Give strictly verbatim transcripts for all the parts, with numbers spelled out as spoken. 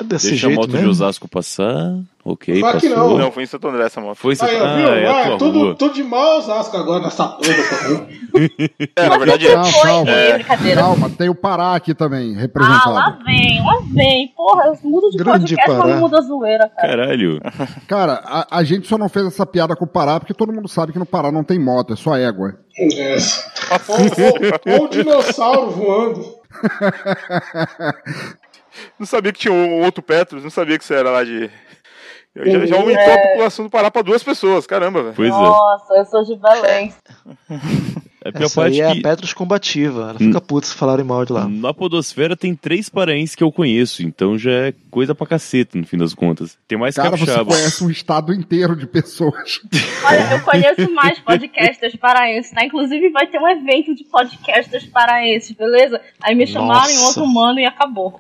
desse Deixa jeito a moto mesmo. de Osasco passar. Ok, Vai que passou. não. Não, foi em Santo André essa moto. Foi Aí, Santo... ó, viu? Ah, é a Vai, tua tudo, rua. tudo de mal Osasco agora nessa porra. É, na verdade, Calma, calma. É brincadeira. Calma, tem o Pará aqui também, Ah, representado. lá vem, lá vem. Porra, eu mudo de Grande podcast, mas Pará. não muda a zoeira, cara. Caralho. Cara, a, a gente só não fez essa piada com o Pará porque todo mundo sabe que no Pará não tem moto, é só égua. É. Ou, ou, ou dinossauro voando. não sabia que tinha um outro Petros, não sabia que você era lá de... Já, já aumentou a população do Pará pra duas pessoas, caramba, velho. Pois Nossa, eu sou de Belém. é. É a pior Essa parte aí é que... a Petros combativa. Ela fica puta se falarem mal de lá. Na podosfera tem três paraenses que eu conheço, então já é coisa pra caceta, no fim das contas. Tem mais Cara, você capixaba. conhece um estado inteiro de pessoas. Olha, eu conheço mais podcasters paraenses, tá? Inclusive vai ter um evento de podcasters paraenses, beleza? Aí me chamaram em Nossa. outro mano e acabou.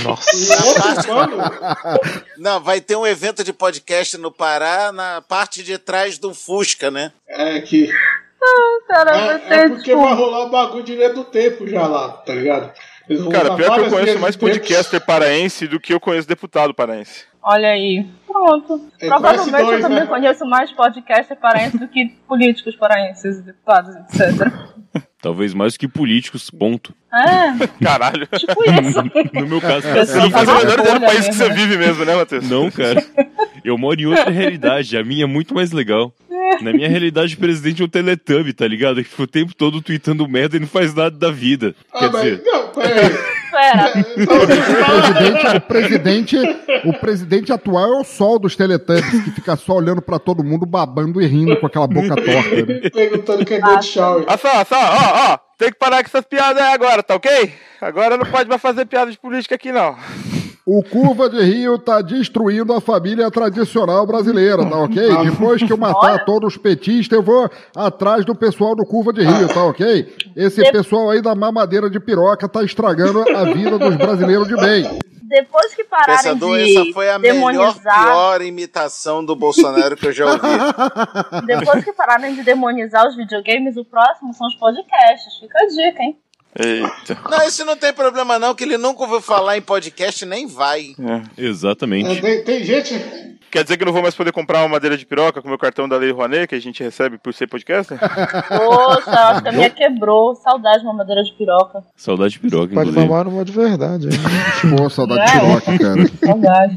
Nossa. Não, vai ter um evento de podcast no Pará na parte de trás do Fusca, né? É que. Cara, É, vai é ter, porque tipo, vai rolar o bagulho de linha do tempo já lá, tá ligado? Eles vão Cara, usar pior que eu várias conheço linhas mais do tempo. podcaster paraense do que eu conheço deputado paraense. olha aí. Pronto. É, Provavelmente conhece dois, eu também né? conheço mais podcasters paraenses do que políticos paraenses, deputados, etcétera. Talvez mais do que políticos, ponto. É, Caralho. tipo isso. No meu caso, tá Você não assim, faz a cara. menor ideia do Bolha país que mesmo, você né? vive mesmo, né, Matheus? Não, cara. Eu moro em outra realidade. A minha é muito mais legal. Na minha realidade, o presidente é um teletubbie, tá ligado? Ele fica o tempo todo tweetando merda e não faz nada da vida. Ah, Quer mas. dizer, Não, peraí. Pera. O presidente, o presidente, o presidente atual é o sol dos Teletubbies, que fica só olhando pra todo mundo, babando e rindo com aquela boca torta. Né? Perguntando que é Gold Shower. Olha só, só, ó, ó. Tem que parar com essas piadas aí agora, tá ok? Agora não pode mais fazer piada de política aqui, não. O Curva de Rio tá destruindo a família tradicional brasileira, tá ok? Depois que eu matar Olha. todos os petistas, eu vou atrás do pessoal do Curva de Rio, tá ok? Esse De- pessoal aí da mamadeira de piroca tá estragando a vida dos brasileiros de bem. Depois que pararem Pensador, de essa foi a melhor, demonizar, pior imitação do Bolsonaro que eu já ouvi. depois que pararem de demonizar os videogames, o próximo são os podcasts. Fica a dica, hein? Eita. Não, isso não tem problema não, que ele nunca ouviu falar em podcast nem vai. exatamente. É, tem, tem gente. Quer dizer que eu não vou mais poder comprar uma madeira de piroca com o meu cartão da Lei Rouanet, que a gente recebe por ser podcaster? Poxa, acho que a minha quebrou. Saudade de uma madeira de piroca. Saudade de piroca, Pode inclusive. tomar uma de verdade. hein? Pô, saudade de É. piroca, cara. Saudade.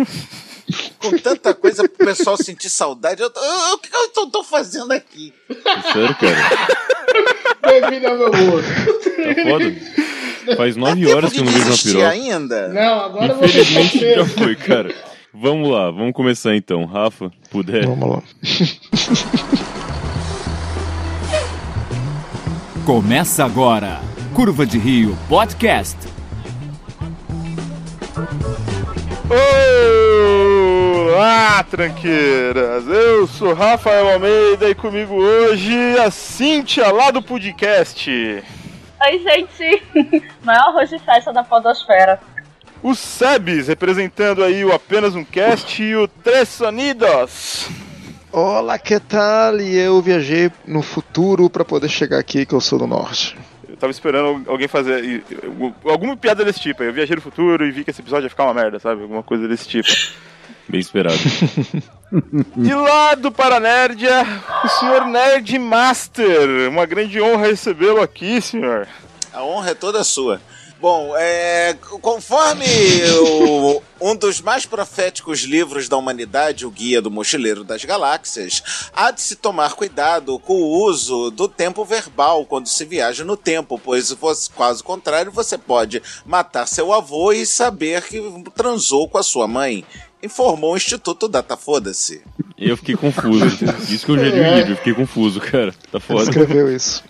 Com tanta coisa pro pessoal sentir saudade, eu, tô- eu- o que eu tô, tô fazendo aqui? Sério, cara. Bem-vindo ao meu mundo. Tá foda. Faz nove Tempo horas que de eu não vejo uma desistir piroca. ainda? Não, agora eu vou deixar Infelizmente já preso. foi, cara. Vamos lá, vamos começar então. Rafa, puder. Vamos lá. Começa agora, Curva de Rio Podcast. Olá, tranqueiras! Eu sou Rafael Almeida e comigo hoje a Cíntia lá do podcast. Oi, gente. Maior arroz de festa da podosfera. O Sebes, representando aí o Apenas Um Cast e o Tres Sonidos. Olá, que tal? E eu viajei no futuro pra poder chegar aqui, que eu sou do norte. Eu tava esperando alguém fazer e- e- alguma piada desse tipo. Eu viajei no futuro e vi que esse episódio ia ficar uma merda, sabe? Alguma coisa desse tipo. Bem esperado. E lá do Paranerdia, o senhor Nerd Master. Uma grande honra recebê-lo aqui, senhor. A honra é toda sua. Bom, é, conforme o- um dos mais proféticos livros da humanidade, o Guia do Mochileiro das Galáxias, há de se tomar cuidado com o uso do tempo verbal quando se viaja no tempo, pois, você- caso contrário, você pode matar seu avô e saber que transou com a sua mãe. Informou o Instituto Data Foda-se. Eu fiquei confuso. Isso que eu já li o livro, eu fiquei confuso, cara. Tá Ele foda. escreveu isso.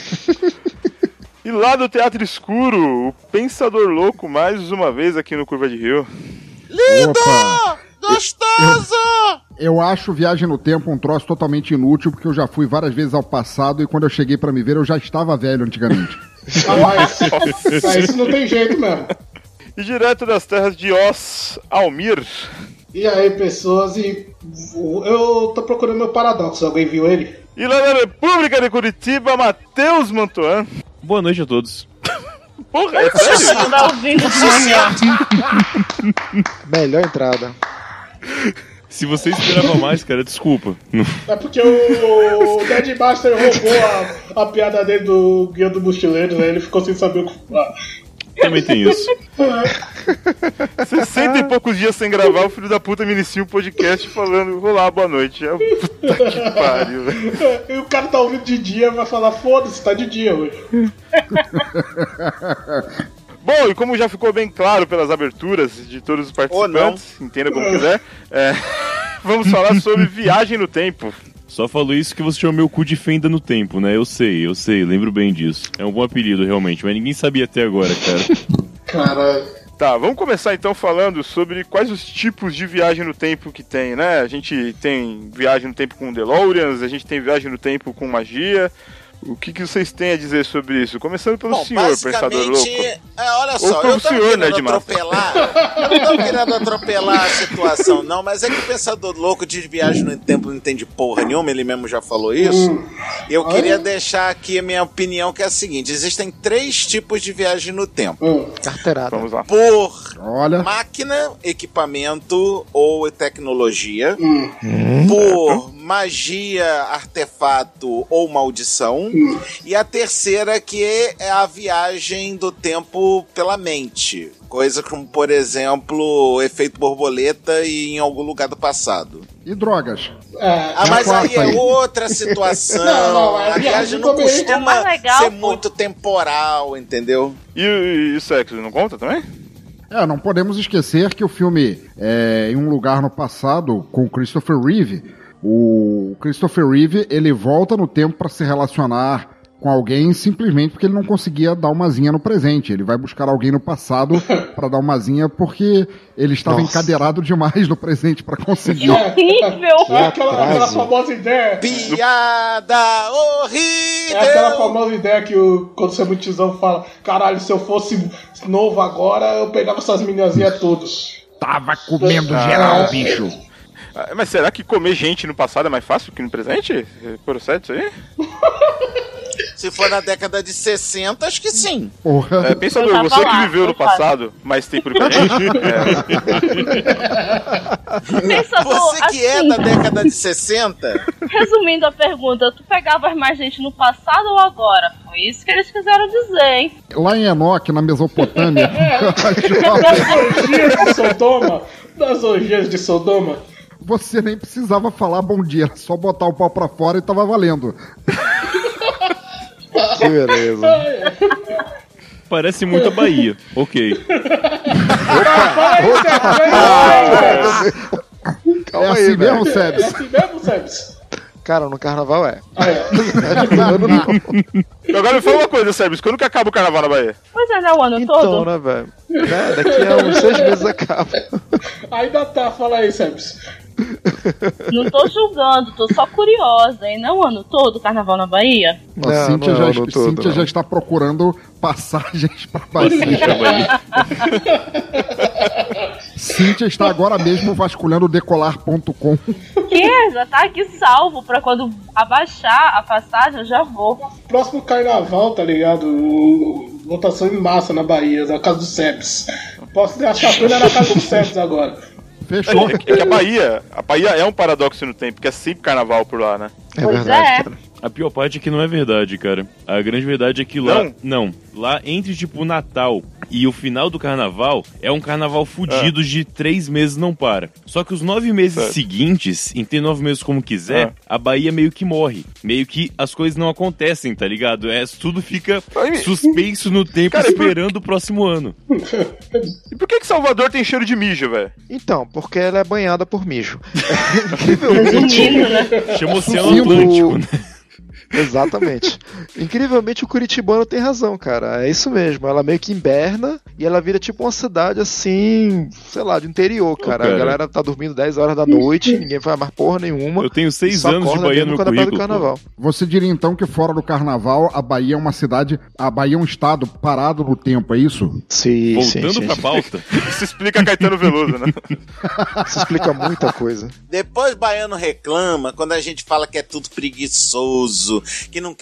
E lá do Teatro Escuro, o Pensador Louco, mais uma vez aqui no Curva de Rio. Opa! Gostoso! Eu acho Viagem no Tempo um troço totalmente inútil, porque eu já fui várias vezes ao passado e quando eu cheguei pra me ver, eu já estava velho antigamente. Ah, mas, mas isso não tem jeito mesmo. E direto das terras de Oz, Almir. E aí, pessoas, e eu tô procurando meu paradoxo. Alguém viu ele? E lá na República de Curitiba, Matheus Mantuan. Boa noite a todos. Porra, é sério? Tá ouvindo de manhã. Melhor entrada. Se você esperava mais, cara, desculpa. É porque o Dead Master roubou a, a piada dele do Guia do Mochileiro, né? Ele ficou sem saber o que falar. Também tem isso. sessenta e poucos dias sem gravar, o filho da puta me inicia um podcast falando, vou lá, boa noite. É, puta que pariu, velho. E o cara tá ouvindo de dia e vai falar, foda-se, tá de dia hoje. Bom, e como já ficou bem claro pelas aberturas de todos os participantes, oh, entenda como quiser, é, vamos falar sobre viagem no tempo. Só falou isso que você chama meu cu de fenda no tempo, né? Eu sei, eu sei, lembro bem disso. É um bom apelido, realmente, mas ninguém sabia até agora, cara. Caralho. Tá, vamos começar então falando sobre quais os tipos de viagem no tempo que tem, né? A gente tem viagem no tempo com DeLoreans, a gente tem viagem no tempo com magia. O que, que vocês têm a dizer sobre isso? Começando pelo Bom, senhor, pensador louco. É, olha só, Ou pelo eu tô senhor, querendo né, de atropelar. Eu não tô querendo atropelar a situação, não, mas é que o pensador louco de viagem no tempo não entende porra nenhuma, ele mesmo já falou isso. Hum. Eu Olha. queria deixar aqui a minha opinião, que é a seguinte: existem três tipos de viagem no tempo. Hum. Carteirada. Vamos lá. Por Olha. máquina, equipamento ou tecnologia. Hum. Por magia, artefato ou maldição. Hum. E a terceira, que é a viagem do tempo pela mente. Coisa como, por exemplo, efeito borboleta e em algum lugar do passado. E drogas. É, ah, mas aí é outra situação. Não, não, é a viagem não costuma é legal, ser pô. muito temporal, entendeu? E, e, e o sexo não conta também? É, não podemos esquecer que o filme é, Em um Lugar no Passado, com Christopher Reeve, o Christopher Reeve, ele volta no tempo para se relacionar com alguém simplesmente porque ele não conseguia dar uma zinha no presente. Ele vai buscar alguém no passado para dar uma zinha porque ele estava Nossa. encadeirado demais no presente para conseguir. É horrível! É aquela, aquela famosa ideia. Piada horrível! É aquela famosa ideia que o, quando você é muito tizão fala: caralho, se eu fosse novo agora, eu pegava essas meninazinhas todas. Tava comendo ah, geral, bicho. Mas será que comer gente no passado é mais fácil que no presente? Procede isso aí? Se for na década de sessenta, acho que sim. Porra. É, pensador, você que viveu no passado mais tempo do que a gente. É. Pensador, você que assim, é da década de sessenta. Resumindo a pergunta, tu pegavas mais gente no passado ou agora? Foi isso que eles quiseram dizer, hein? Lá em Enoque, na Mesopotâmia. Das orgias de Sodoma. Das orgias de Sodoma. Você nem precisava falar bom dia, era só botar o pau pra fora e tava valendo. Que beleza. Parece muito a Bahia. Ok. Opa! Opa. É assim mesmo, Sebs? É assim mesmo, Sebs? Cara, no carnaval é. Ah, é. Agora me fala uma coisa, Sebs, quando que acaba o carnaval na Bahia? Pois é, né, o ano então, todo? Então, né, velho? É, daqui a uns seis meses acaba. Ainda tá, fala aí, Sebs. Não tô julgando, tô só curiosa, hein? Não o ano todo o carnaval na Bahia? Não, a Cíntia, não é já, todo, Cíntia já está procurando passagens pra Bahia. Cíntia está agora mesmo vasculhando decolar ponto com. Que? Já tá aqui salvo pra quando abaixar a passagem eu já vou. Próximo carnaval, tá ligado? O, votação em massa na Bahia, na casa do Sebs. Posso ter a chapéu na casa do Sebs agora. Fechou. É que, é que a Bahia, a Bahia é um paradoxo no tempo, porque é sempre carnaval por lá, né? É pois verdade, é. cara. A pior parte é que não é verdade, cara. A grande verdade é que lá... Não? Não. Lá, entre, tipo, o Natal e o final do carnaval, é um carnaval fudido ah. de três meses não para. Só que os nove meses certo. seguintes, em ter nove meses como quiser, ah. a Bahia meio que morre. Meio que as coisas não acontecem, tá ligado? É, tudo fica suspenso no tempo, cara, esperando por... o próximo ano. E por que que Salvador tem cheiro de mijo, velho? Então, porque ela é banhada por mijo. Resumindo, né? Chama Oceano Atlântico, né? Exatamente. Incrivelmente o curitibano tem razão, cara. É isso mesmo. Ela meio que inverna e ela vira tipo uma cidade assim, sei lá, de interior, cara. Oh, cara. A galera tá dormindo dez horas da noite, ninguém faz mais porra nenhuma. Eu tenho seis anos de Bahia no meu currículo. Carnaval. Você diria então que fora do carnaval, a Bahia é uma cidade, a Bahia é um estado parado no tempo, é isso? Sim, Voltando sim, pra sim. pauta. Isso explica Caetano Veloso, né? Isso explica muita coisa. Depois baiano reclama quando a gente fala que é tudo preguiçoso, que não quer fazer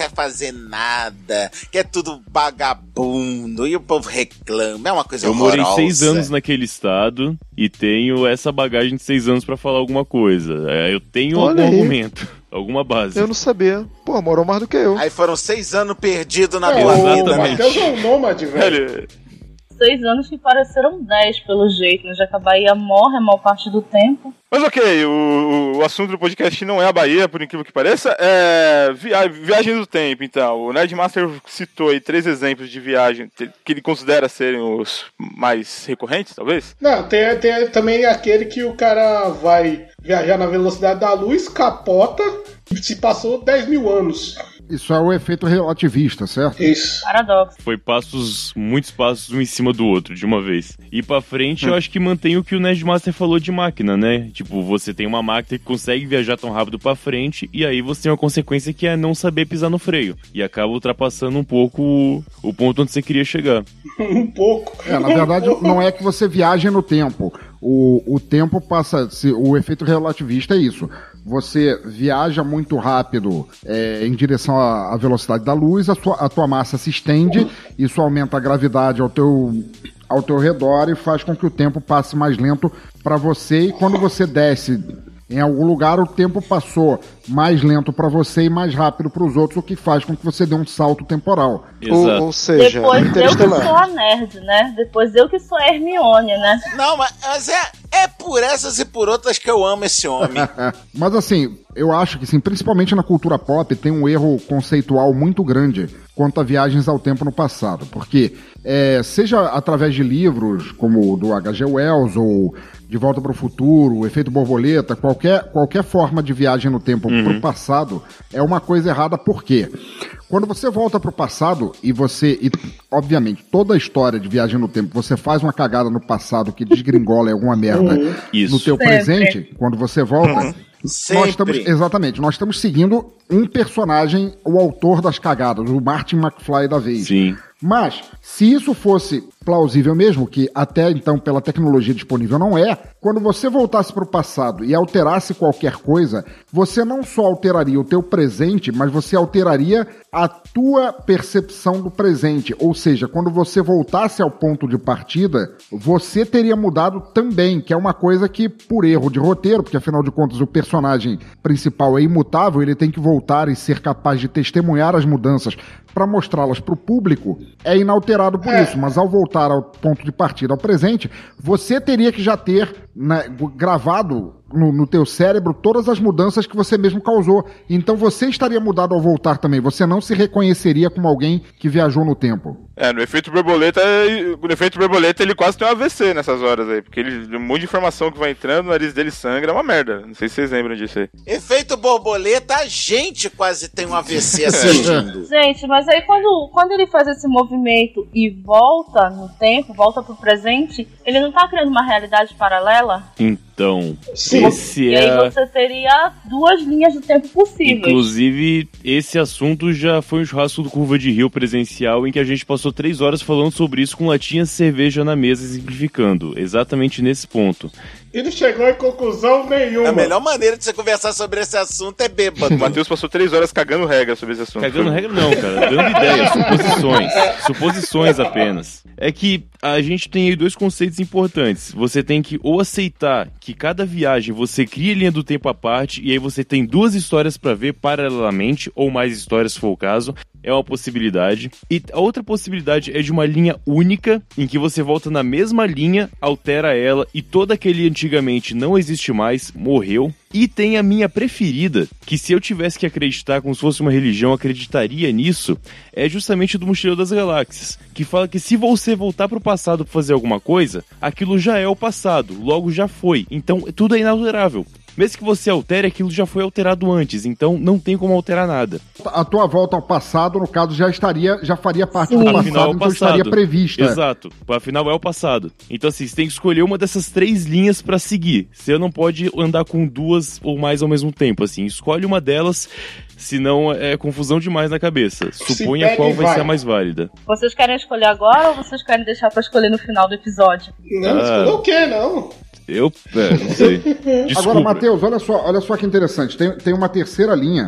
fazer nada, que é tudo vagabundo, e o povo reclama, é uma coisa Eu horrorosa. morei seis anos naquele estado e tenho essa bagagem de seis anos pra falar alguma coisa. É, eu tenho Olha algum aí. argumento, alguma base. Eu não sabia. Pô, morou mais do que eu. Aí foram seis anos perdidos na É, tua o vida, né? Matheus é um nômade, velho. Velho, Seis anos que pareceram dez, pelo jeito, né? Já que a Bahia morre a maior parte do tempo. mas ok, o, o assunto do podcast não é a Bahia, por incrível que pareça, é via, viagem do tempo, então. O Nerdmaster citou aí três exemplos de viagem que ele considera serem os mais recorrentes, talvez? Não, tem, tem também aquele que o cara vai viajar na velocidade da luz, capota, e se passou dez mil anos. Isso é o efeito relativista, certo? Isso. Paradoxo. Foi passos, muitos passos um em cima do outro, de uma vez. E pra frente, Hum. eu acho que mantém o que o Nerdmaster falou de máquina, né? Tipo, você tem uma máquina que consegue viajar tão rápido pra frente, e aí você tem uma consequência que é não saber pisar no freio. E acaba ultrapassando um pouco o, o ponto onde você queria chegar. Um pouco. É, na verdade, não é que você viaje no tempo. O, o tempo passa... Se, o efeito relativista é isso. Você viaja muito rápido é, em direção à, à velocidade da luz, a, sua, a tua massa se estende, isso aumenta a gravidade ao teu, ao teu redor e faz com que o tempo passe mais lento para você. E quando você desce em algum lugar, o tempo passou mais lento para você e mais rápido para os outros, o que faz com que você dê um salto temporal. Exato. Ou, ou seja, Depois eu que Interestelar. sou a nerd, né? Depois eu que sou a Hermione, né? Não, mas, mas é, é por essas e por outras que eu amo esse homem. Mas assim, eu acho que sim, principalmente na cultura pop, tem um erro conceitual muito grande quanto a viagens ao tempo no passado. Porque, é, seja através de livros como o do H G Wells ou De Volta para o Futuro, o Efeito Borboleta, qualquer, qualquer forma de viagem no tempo Uhum. para o passado é uma coisa errada. Por quê? Quando você volta para o passado e você, e obviamente, toda a história de viagem no tempo, você faz uma cagada no passado que desgringola alguma merda Isso. no teu Sempre. presente, quando você volta, Sempre. nós estamos, exatamente, nós estamos seguindo um personagem, o autor das cagadas, o Martin McFly da vez. Sim. Mas, se isso fosse plausível mesmo, que até então pela tecnologia disponível não é, quando você voltasse para o passado e alterasse qualquer coisa, você não só alteraria o teu presente, mas você alteraria a tua percepção do presente. Ou seja, quando você voltasse ao ponto de partida, você teria mudado também, que é uma coisa que, por erro de roteiro, porque afinal de contas o personagem principal é imutável, ele tem que voltar e ser capaz de testemunhar as mudanças para mostrá-las para o público, é inalterado por É. isso. Mas ao voltar ao ponto de partida, ao presente, você teria que já ter, né, gravado no, no teu cérebro todas as mudanças que você mesmo causou. Então você estaria mudado ao voltar também. Você não se reconheceria como alguém que viajou no tempo. É, no efeito borboleta, no efeito borboleta ele quase tem um A V C nessas horas aí, porque ele, um monte de informação que vai entrando, o nariz dele sangra, é uma merda. Não sei se vocês lembram disso aí. Efeito borboleta, a gente quase tem um A V C assistindo. Gente, mas aí quando, quando ele faz esse movimento e volta no tempo, volta pro presente, ele não tá criando uma realidade paralela? Então, Sim. esse E aí é... você teria duas linhas do tempo possíveis. Inclusive, esse assunto já foi um churrasco do Curva de Rio presencial em que a gente passou três horas falando sobre isso com latinhas de cerveja na mesa, exemplificando, exatamente nesse ponto. E não chegou em conclusão nenhuma. A melhor maneira de você conversar sobre esse assunto é bêbado. O Matheus passou três horas cagando regra sobre esse assunto. Cagando Foi- regra não, cara, dando ideias, suposições, suposições apenas. É que a gente tem aí dois conceitos importantes. Você tem que ou aceitar que cada viagem você cria linha do tempo à parte e aí você tem duas histórias pra ver paralelamente, ou mais histórias se for o caso, é uma possibilidade. E a outra possibilidade é de uma linha única, em que você volta na mesma linha, altera ela e todo aquele antigamente não existe mais, morreu. E tem a minha preferida, que se eu tivesse que acreditar como se fosse uma religião, acreditaria nisso, é justamente do Mochileiro das Galáxias, que fala que se você voltar pro passado pra fazer alguma coisa, aquilo já é o passado, logo já foi, então tudo é inalterável. Mesmo que você altere, aquilo já foi alterado antes, então não tem como alterar nada. A tua volta ao passado, no caso, já estaria, já faria parte Sim. do passado, Afinal, é o então passado. estaria prevista. Exato. Afinal, é o passado. Então, assim, você tem que escolher uma dessas três linhas pra seguir. Você não pode andar com duas ou mais ao mesmo tempo, assim. Escolhe uma delas, senão é confusão demais na cabeça. Suponha pega qual e vai vai. ser a mais válida. Vocês querem escolher agora ou vocês querem deixar pra escolher no final do episódio? Não, Ah. escolheu o quê, não? Eu, é, não sei. Desculpa. Agora, Matheus, olha só, olha só que interessante. Tem, tem uma terceira linha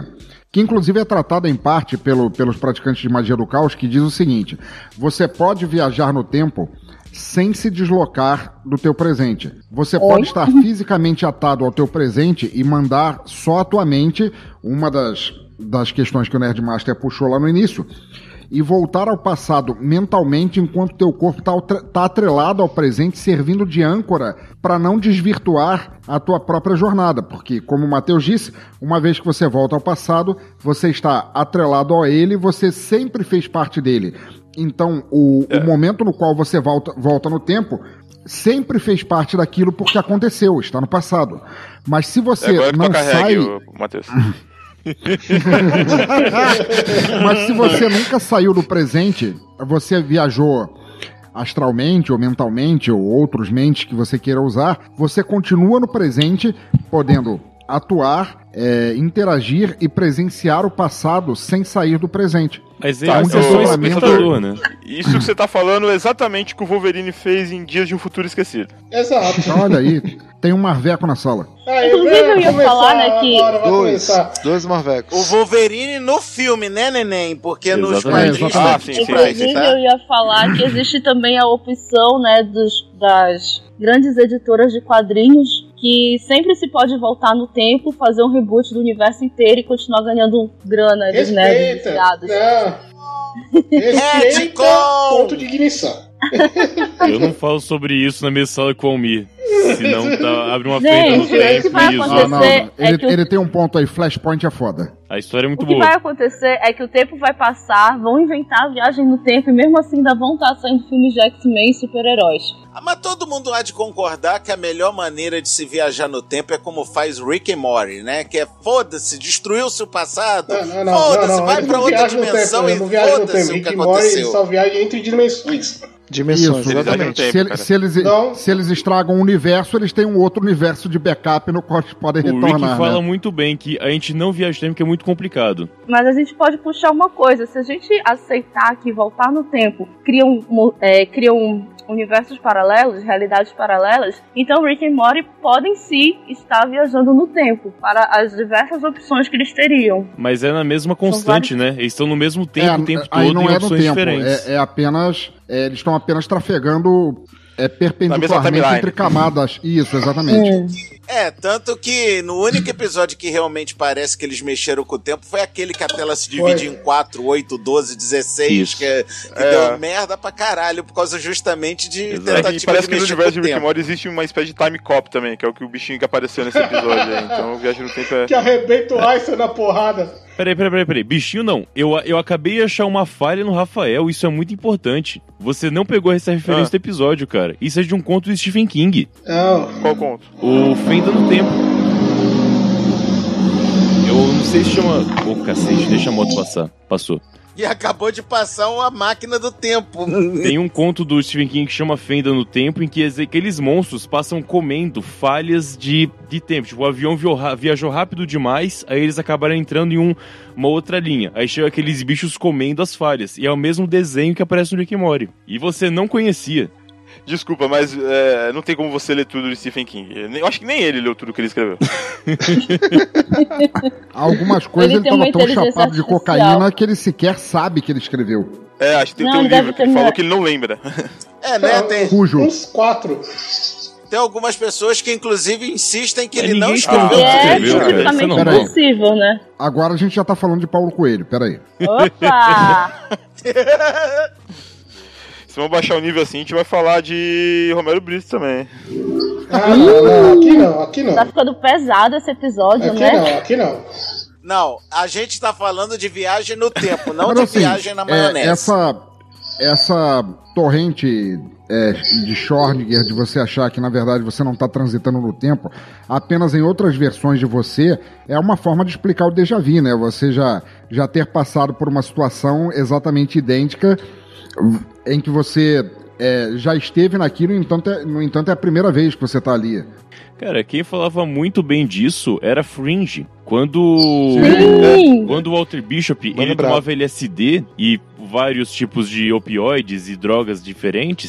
que inclusive é tratada em parte pelo, pelos praticantes de magia do caos, que diz o seguinte: você pode viajar no tempo sem se deslocar do teu presente. Você Oi? pode estar fisicamente atado ao teu presente e mandar só a tua mente, uma das, das questões que o Nerdmaster puxou lá no início, e voltar ao passado mentalmente enquanto teu corpo está tá atrelado ao presente, servindo de âncora para não desvirtuar a tua própria jornada. Porque, como o Matheus disse, uma vez que você volta ao passado, você está atrelado a ele, você sempre fez parte dele. Então, o, é. o momento no qual você volta, volta no tempo sempre fez parte daquilo porque aconteceu, está no passado. Mas se você é não sai... O, Matheus. Mas se você nunca saiu do presente, você viajou astralmente ou mentalmente ou outros mentes que você queira usar, você continua no presente podendo atuar, é, interagir e presenciar o passado sem sair do presente. Mas é um desdobramento, né? Isso que você tá falando é exatamente o que o Wolverine fez em Dias de um Futuro Esquecido. Exato. Olha aí, tem um marveco na sala. Aí, Inclusive eu ia falar, né, que... Agora vai Dois, começar. dois marvecos. O Wolverine no filme, né, neném? Porque nos Exatamente. quadrinhos... É, Ah, sim, sim, Inclusive, sim, tá? eu ia falar que existe também a opção, né, dos, das grandes editoras de quadrinhos, que sempre se pode voltar no tempo, fazer um reboot do universo inteiro e continuar ganhando grana dos nerds Respeita. viciados. Não. Respeita ponto de ignição. Eu não falo sobre isso na minha sala com o Almir. Senão tá, abre uma Gente, feira no o que vai tempo e acontecer- Ah, não, não. é Ele, que o- ele tem um ponto aí, Flashpoint é foda. A história é muito O que boa. vai acontecer é que o tempo vai passar, vão inventar a viagem no tempo e mesmo assim ainda vão estar saindo filmes de X-Men e super-heróis. Ah, mas todo mundo há de concordar que a melhor maneira de se viajar no tempo é como faz Rick and Morty, né? Que é foda-se, destruiu-se o passado, Não, não, não, foda-se, não, não, vai eles pra não outra viajam no dimensão tempo, e eles não viajam no foda-se tempo. o Rick que e Morty, eles aconteceu. só viajam entre dimensões. Dimensões, Isso, exatamente. Tempo, se, ele- cara. se eles, Não. se eles estragam o universo, eles têm um outro universo de backup no qual eles podem O Rick retornar. fala né? muito bem que a gente não viaja no tempo, que é muito complicado. Mas a gente pode puxar uma coisa, se a gente aceitar que voltar no tempo cria um, um, é, cria um universos paralelos, realidades paralelas, então Rick e Morty podem sim estar viajando no tempo para as diversas opções que eles teriam. Mas é na mesma constante, né? Eles estão no mesmo tempo É, o tempo aí todo não em é no opções tempo, diferentes. é, é apenas. é, eles estão apenas trafegando é, perpendicularmente timeline. entre camadas. Isso, exatamente. É, tanto que no único episódio que realmente parece que eles mexeram com o tempo foi aquele que a tela se divide Foi. em quatro, oito, doze, dezesseis, Isso. que, que É. deu merda pra caralho por causa justamente de Exato. É tentativa que parece de que no mexer com universo de o Rick and tempo. Morty existe uma espécie de time cop também, que é o que o bichinho que apareceu nesse episódio aí. Então, Viagem no Tempo é... Que arrebenta o Einstein na porrada. Peraí, peraí, peraí, peraí. Bichinho não. Eu, eu acabei de achar uma falha no Rafael, isso é muito importante. Você não pegou essa referência Ah. do episódio, cara. Isso é de um conto do Stephen King. Não. Qual conto? O Fenda no Tempo. Eu não sei se chama... Ô, cacete, deixa a moto passar. Passou. E acabou de passar uma máquina do tempo. Tem um conto do Stephen King que chama Fenda no Tempo, em que aqueles monstros passam comendo falhas de, de tempo. Tipo, o avião vio- viajou rápido demais, aí eles acabaram entrando em um, uma outra linha. Aí chega aqueles bichos comendo as falhas. E é o mesmo desenho que aparece no Rick and Morty. E você não conhecia. Desculpa, mas é, não tem como você ler tudo de Stephen King. Eu acho que nem ele leu tudo que ele escreveu. Algumas coisas Ele ele tem uma estava tão inteligência chapado de artificial. cocaína que ele sequer sabe que ele escreveu. É, acho que tem, Não, tem um ele deve livro que ter ele falou me- que ele não lembra. É, né? Tem, Cujo. Uns quatro. tem algumas pessoas que inclusive insistem que Mas ele não ninguém escreveu. escreveu. E é escreveu, cara, cientificamente isso não pode. impossível, né? Agora a gente já tá falando de Paulo Coelho, peraí. Opa! Se vamos baixar o nível assim, a gente vai falar de Romero Brito também. Ah, não, não, aqui não, aqui não. Tá ficando pesado esse episódio, Aqui né? não, aqui não. Não, a gente tá falando de viagem no tempo, não Mas, de assim, viagem na é, maionese. essa, essa torrente é, de Schrödinger, de você achar que na verdade você não está transitando no tempo, apenas em outras versões de você, é uma forma de explicar o déjà vu, né? Você já, já ter passado por uma situação exatamente idêntica em que você é, já esteve naquilo, no entanto, é, no entanto é a primeira vez que você está ali. Cara, quem falava muito bem disso era Fringe. Quando... Sim! Quando o Walter Bishop, Mano ele bravo. tomava L S D e vários tipos de opioides e drogas diferentes,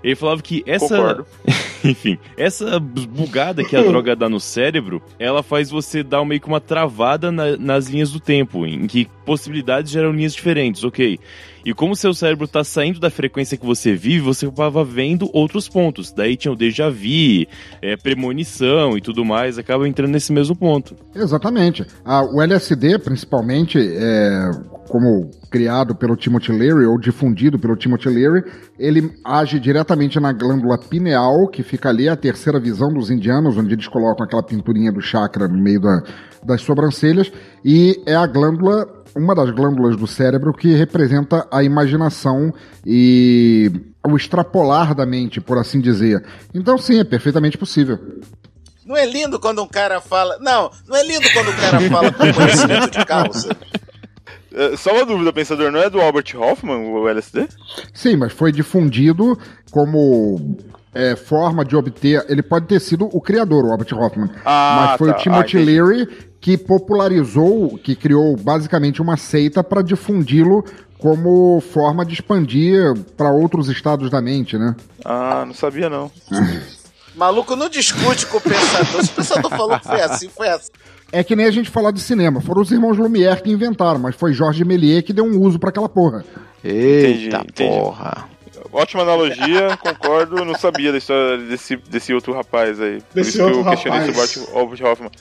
Ele falava que essa... Concordo. Enfim, essa bugada que a droga dá no cérebro, ela faz você dar meio que uma travada na, nas linhas do tempo, em que possibilidades geram linhas diferentes, ok? E como o seu cérebro tá saindo da frequência que você vive, você acaba vendo outros pontos. Daí tinha o déjà vu, é, premonição e tudo mais, acaba entrando nesse mesmo ponto. Exatamente. Ah, o L S D, principalmente, é, como criado pelo Timothy Leary, ou difundido pelo Timothy Leary, ele age diretamente na glândula pineal, que fica ali, a terceira visão dos indianos, onde eles colocam aquela pinturinha do chakra no meio da, das sobrancelhas, e é a glândula... uma das glândulas do cérebro que representa a imaginação e o extrapolar da mente, por assim dizer. Então, sim, é perfeitamente possível. Não é lindo quando um cara fala... Não, não é lindo quando um cara fala com conhecimento de causa. É, só uma dúvida, pensador, não é do Albert Hoffman o L S D? Sim, mas foi difundido como... É, forma de obter... Ele pode ter sido o criador, o Albert Hoffman. Ah, mas foi tá. o Timothy ah, Leary que popularizou, que criou basicamente uma seita para difundi-lo como forma de expandir para outros estados da mente, né? Ah, não sabia não. Maluco, não discute com o pensador. Se o pensador falou que foi assim, foi assim. É que nem a gente falar de cinema. Foram os irmãos Lumière que inventaram, mas foi Georges Méliès que deu um uso para aquela porra. Eita entendi, entendi. porra. Ótima analogia, concordo. Não sabia da história desse, desse outro rapaz aí. Por Desse isso outro que eu questionei rapaz. sobre o Albert Hoffman.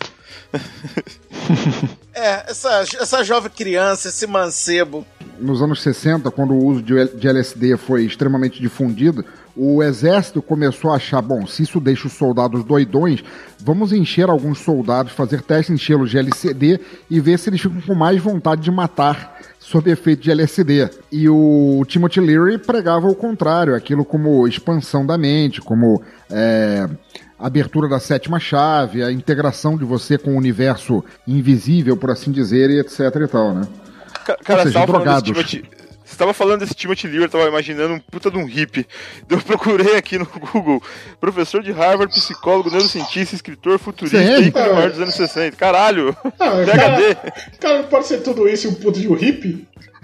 É, essa, essa jovem criança, esse mancebo. Nos anos sessenta, quando o uso de L S D foi extremamente difundido, o exército começou a achar, bom, se isso deixa os soldados doidões, vamos encher alguns soldados, fazer testes, enchê-los de L S D e ver se eles ficam com mais vontade de matar sob efeito de L S D. E o Timothy Leary pregava o contrário, aquilo como expansão da mente, como é, abertura da sétima chave, a integração de você com o universo invisível, por assim dizer, e etc e tal, né? Cara, Ou seja, você tava falando desse drogados. Timothy, você tava falando desse Timothy Leary, eu tava imaginando um puta de um hippie. Eu procurei aqui no Google, professor de Harvard, psicólogo, neurocientista, escritor, futurista, Sim. ícone maior dos anos sessenta. Caralho! Não, P H D! cara, cara, não pode ser tudo isso e um puto de um hippie?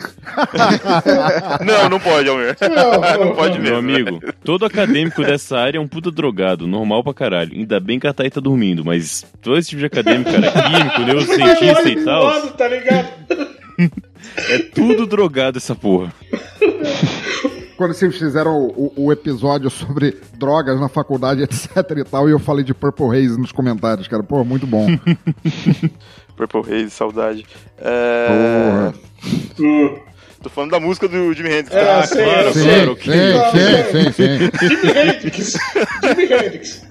Não, não pode, Almir. Não, Não pode Meu mesmo. amigo, todo acadêmico dessa área é um puta drogado, normal pra caralho. Ainda bem que a Thaí tá dormindo, mas todo esse tipo de acadêmico, cara, químico, neurocientista e tal, Voando, tá ligado? é tudo drogado essa porra. Quando vocês fizeram o, o, o episódio sobre drogas na faculdade, etc e tal, e eu falei de Purple Haze nos comentários, cara. Pô, muito bom. Purple Haze, saudade. É... Hum. Tô falando da música do Jimi Hendrix. É, Ah, sei, claro, eu sei. claro, sim, ok. sim, sim, sim. Jimi Hendrix. Jimi Hendrix.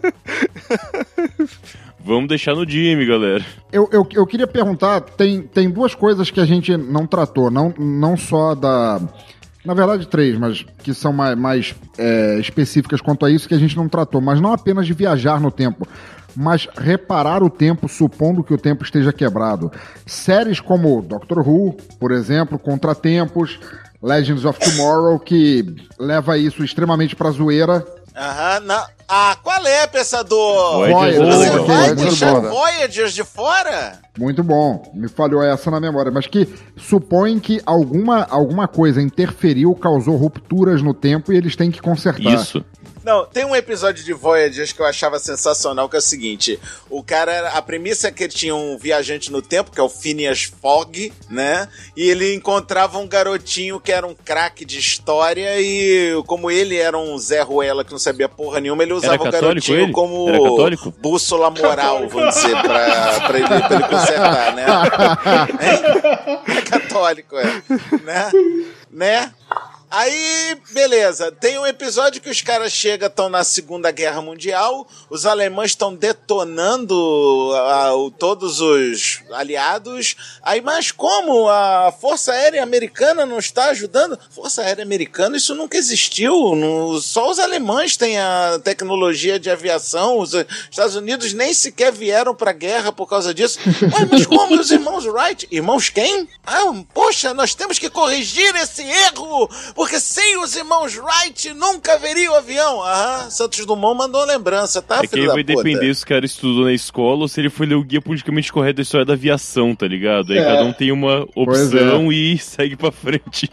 Vamos deixar no Jimmy, galera. Eu, eu, eu queria perguntar, tem, tem duas coisas que a gente não tratou, não, não só da... Na verdade, três, mas que são mais, mais é, específicas quanto a isso que a gente não tratou. Mas não apenas de viajar no tempo, mas reparar o tempo supondo que o tempo esteja quebrado. Séries como Doctor Who, por exemplo, Contratempos, Legends of Tomorrow, que leva isso extremamente pra zoeira. Aham, não. Ah, qual é, pensador? Voyagers Voyagers, é Você legal. vai Voyagers é deixar bom, né? Voyagers de fora? Muito bom, me falhou essa na memória, mas que supõe que alguma, alguma coisa interferiu, causou rupturas no tempo e eles têm que consertar. Isso. Não, tem um episódio de Voyagers que eu achava sensacional, que é o seguinte, o cara, a premissa é que ele tinha um viajante no tempo, que é o Phineas Fogg, né, e ele encontrava um garotinho que era um craque de história e como ele era um Zé Ruela que não sabia porra nenhuma, ele usava o garotinho ele? como Era católico? bússola moral, vamos dizer, pra, pra, ele, pra ele consertar, né? Hein? É católico, é. Né? Né? Aí, beleza, tem um episódio que os caras chegam, estão na Segunda Guerra Mundial, os alemães estão detonando uh, todos os aliados, aí, mas como a Força Aérea Americana não está ajudando? Força Aérea Americana, isso nunca existiu, no, só os alemães têm a tecnologia de aviação, os Estados Unidos nem sequer vieram para a guerra por causa disso. Ué, mas como os irmãos Wright? Irmãos quem? Ah, poxa, nós temos que corrigir esse erro, porque sem os irmãos Wright nunca haveria o avião. Aham, Santos Dumont mandou uma lembrança, tá, É que filho aí da vai puta? depender se o cara estudou na escola ou se ele foi ler o guia politicamente correto da história da aviação, tá ligado? Aí É. cada um tem uma opção e segue pra frente.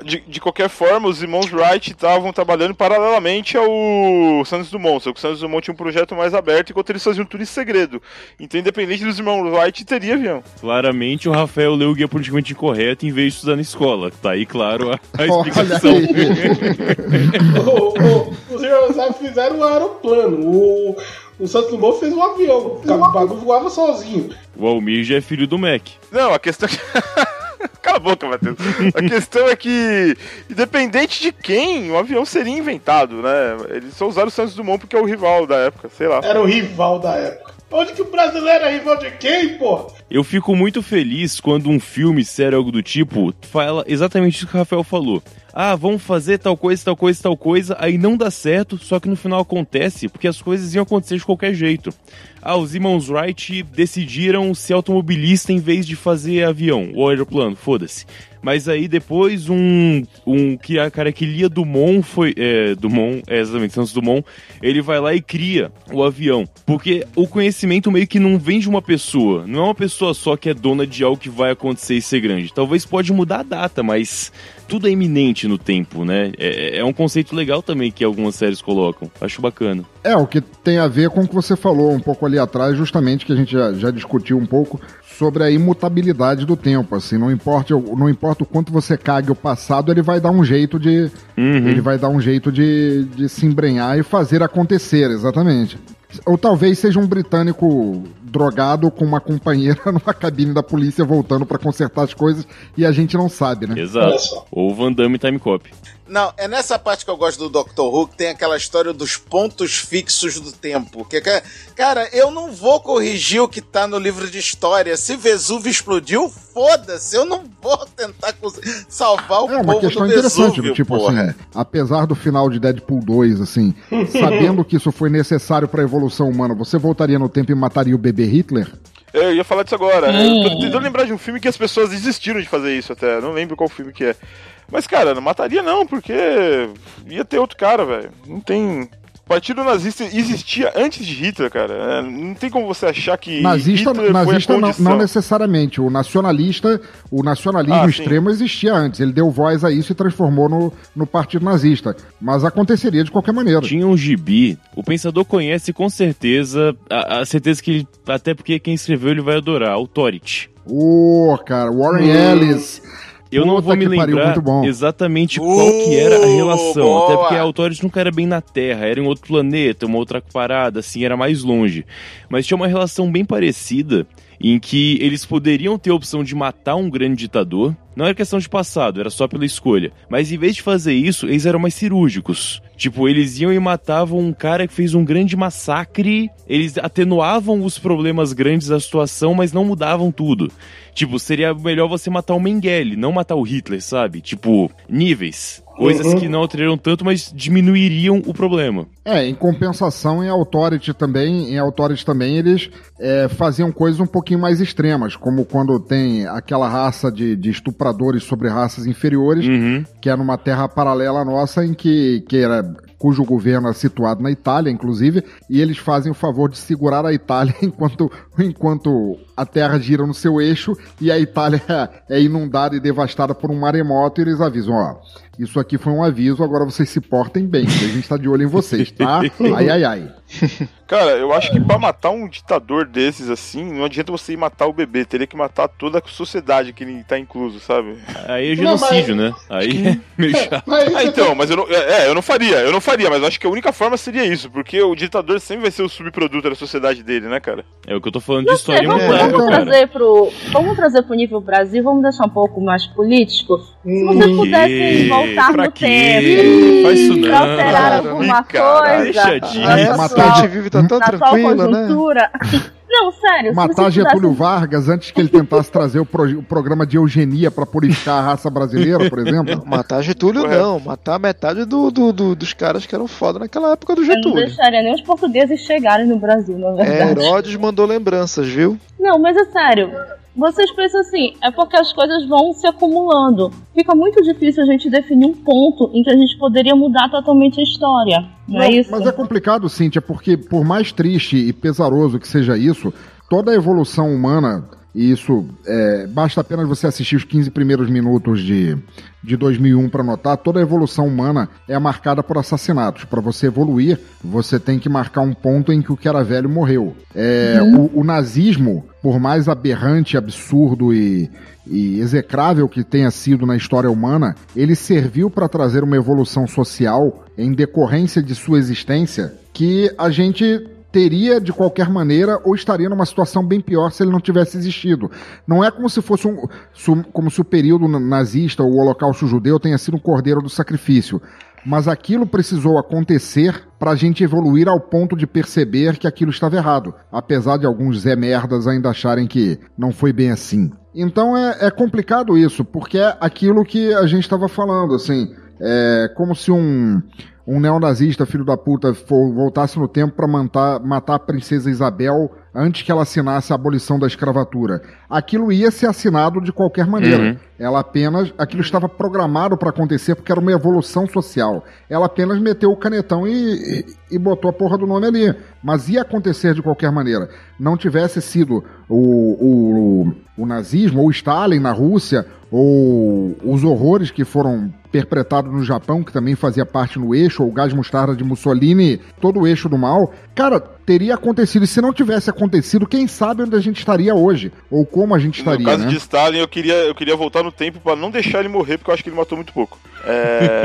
de, de qualquer forma, os irmãos Wright estavam trabalhando paralelamente ao Santos Dumont, só que o Santos Dumont tinha um projeto mais aberto enquanto eles faziam tudo em segredo. Então, independente dos irmãos Wright, teria avião. Claramente, o Rafael leu o Guia Politicamente Incorreto em vez de estudar na escola. Tá aí, claro, a, a explicação. o, os irmãos Wright fizeram um aeroplano. O, o Santos Dumont fez um avião. O bagulho voava sozinho. O Almir já é filho do Mac. Não, a questão é... Cala a boca, Matheus. A questão é que, independente de quem, o avião seria inventado, né? Eles só usaram o Santos Dumont porque é o rival da época, sei lá. Era o rival da época. Onde que o brasileiro é rival de quem, pô? Eu fico muito feliz quando um filme, série, algo do tipo, fala exatamente isso que o Rafael falou. Ah, vamos fazer tal coisa, tal coisa, tal coisa, aí não dá certo, só que no final acontece, porque as coisas iam acontecer de qualquer jeito. Ah, os irmãos Wright decidiram ser automobilista em vez de fazer avião, ou aeroplano, foda-se. Mas aí depois um, um que a cara que lia Dumont foi... É, Dumont, é exatamente, Santos Dumont, ele vai lá e cria o avião. Porque o conhecimento meio que não vem de uma pessoa, não é uma pessoa só que é dona de algo que vai acontecer e ser grande. Talvez pode mudar a data, mas tudo é iminente no tempo, né? É, é um conceito legal também que algumas séries colocam. Acho bacana. É, o que tem a ver com o que você falou um pouco ali atrás, justamente que a gente já, já discutiu um pouco sobre a imutabilidade do tempo, assim, não importa, não importa o quanto você cague o passado, ele vai dar um jeito de uhum. ele vai dar um jeito de, de se embrenhar e fazer acontecer, exatamente. Ou talvez seja um britânico drogado com uma companheira numa cabine da polícia voltando pra consertar as coisas e a gente não sabe, né? Exato. Ou Van Damme Time Cop. Não, é nessa parte que eu gosto do doutor Who, que tem aquela história dos pontos fixos do tempo. Que, cara, eu não vou corrigir o que tá no livro de história. Se Vesúvio explodiu, foda-se. Eu não vou tentar salvar o é, povo do Vesúvio, É uma questão interessante, do tipo porra. assim, apesar do final de Deadpool dois, assim, sabendo que isso foi necessário pra evolução humana, você voltaria no tempo e mataria o bebê Hitler? Eu ia falar disso agora. Hum. Eu tô tentando lembrar de um filme que as pessoas desistiram de fazer isso até. Não lembro qual filme que é. Mas, cara, não mataria não, porque ia ter outro cara, velho. Não tem... O partido nazista existia antes de Hitler, cara. Não tem como você achar que nazista, Hitler nazista foi a condição. Não, não necessariamente. O nacionalista, o nacionalismo ah, extremo sim. existia antes. Ele deu voz a isso e transformou no, no partido nazista. Mas aconteceria de qualquer maneira. Tinha um gibi. O pensador conhece com certeza, a, a certeza que ele, até porque quem escreveu ele vai adorar, Authority. Ô, oh, cara, Warren hum. Ellis... Eu não vou me lembrar exatamente uh, qual que era a relação, boa. Até porque a Authority nunca era bem na Terra, era em outro planeta, uma outra parada, assim, era mais longe. Mas tinha uma relação bem parecida, em que eles poderiam ter a opção de matar um grande ditador. Não era questão de passado, era só pela escolha. Mas em vez de fazer isso, eles eram mais cirúrgicos. Tipo, eles iam e matavam um cara que fez um grande massacre, eles atenuavam os problemas grandes da situação, mas não mudavam tudo. Tipo, seria melhor você matar o Mengele, não matar o Hitler, sabe? Tipo, níveis. Coisas uhum. que não alterariam tanto, mas diminuiriam o problema. É, em compensação, em Authority também, em Authority também eles é, faziam coisas um pouquinho mais extremas, como quando tem aquela raça de, de estupradores sobre raças inferiores, uhum. que é numa terra paralela à nossa, em que, que era... cujo governo é situado na Itália, inclusive, e eles fazem o favor de segurar a Itália enquanto, enquanto a Terra gira no seu eixo e a Itália é inundada e devastada por um maremoto, e eles avisam, ó, isso aqui foi um aviso, agora vocês se portem bem, a gente tá de olho em vocês, tá? Ai, ai, ai. Cara, eu acho que pra matar um ditador desses, assim, não adianta você ir matar o bebê, teria que matar toda a sociedade que ele tá incluso, sabe? Aí é genocídio, não, mas... né? Aí é meio chato. Ah, então, mas eu não, é, eu não faria, eu não faria, mas eu acho que a única forma seria isso, porque o ditador sempre vai ser o subproduto da sociedade dele, né, cara? É o que eu tô falando de história vamos, imutável, vamos cara. Trazer pro, vamos trazer pro nível Brasil, vamos deixar um pouco mais político. Se você hum, pudesse voltar pra no quê? tempo Faz isso não, pra alterar alguma cara, coisa, deixa na a gente vive tá tão na tranquila, né? Não, sério. Matar Getúlio pudesse... Vargas antes que ele tentasse trazer o, pro, o programa de eugenia pra purificar a raça brasileira, por exemplo? Não, matar Getúlio Correto. Não, matar metade do, do, do, dos caras que eram foda naquela época do Getúlio. Eu não deixaria nem os portugueses chegarem no Brasil, na verdade. É, Herodes mandou lembranças, viu? Não, mas é sério. Vocês pensam assim, é porque as coisas vão se acumulando. Fica muito difícil a gente definir um ponto em que a gente poderia mudar totalmente a história. Não, não é isso? Mas é complicado, Cíntia, porque por mais triste e pesaroso que seja isso, toda a evolução humana e isso, é, basta apenas você assistir os quinze primeiros minutos de, de dois mil e um para notar, toda a evolução humana é marcada por assassinatos. Para você evoluir, você tem que marcar um ponto em que o que era velho morreu. É, uhum. o, o nazismo, por mais aberrante, absurdo e, e execrável que tenha sido na história humana, ele serviu para trazer uma evolução social em decorrência de sua existência que a gente teria de qualquer maneira ou estaria numa situação bem pior se ele não tivesse existido. Não é como se fosse um, como se o período nazista ou o holocausto judeu tenha sido um cordeiro do sacrifício, mas aquilo precisou acontecer para a gente evoluir ao ponto de perceber que aquilo estava errado, apesar de alguns Zé Merdas ainda acharem que não foi bem assim. Então é, é complicado isso, porque é aquilo que a gente estava falando, assim, é como se um... um neonazista, filho da puta, for, voltasse no tempo para matar, matar a princesa Isabel antes que ela assinasse a abolição da escravatura. Aquilo ia ser assinado de qualquer maneira. Uhum. Ela apenas... Aquilo estava programado para acontecer porque era uma evolução social. Ela apenas meteu o canetão e, e, e botou a porra do nome ali. Mas ia acontecer de qualquer maneira. Não tivesse sido o, o, o nazismo ou Stalin na Rússia ou os horrores que foram perpetrados no Japão, que também fazia parte no eixo, ou o gás mostarda de Mussolini, todo o eixo do mal, cara, teria acontecido. E se não tivesse acontecido, quem sabe onde a gente estaria hoje, ou como a gente estaria, no caso, né? De Stalin, eu queria, eu queria voltar no tempo pra não deixar ele morrer, porque eu acho que ele matou muito pouco. É...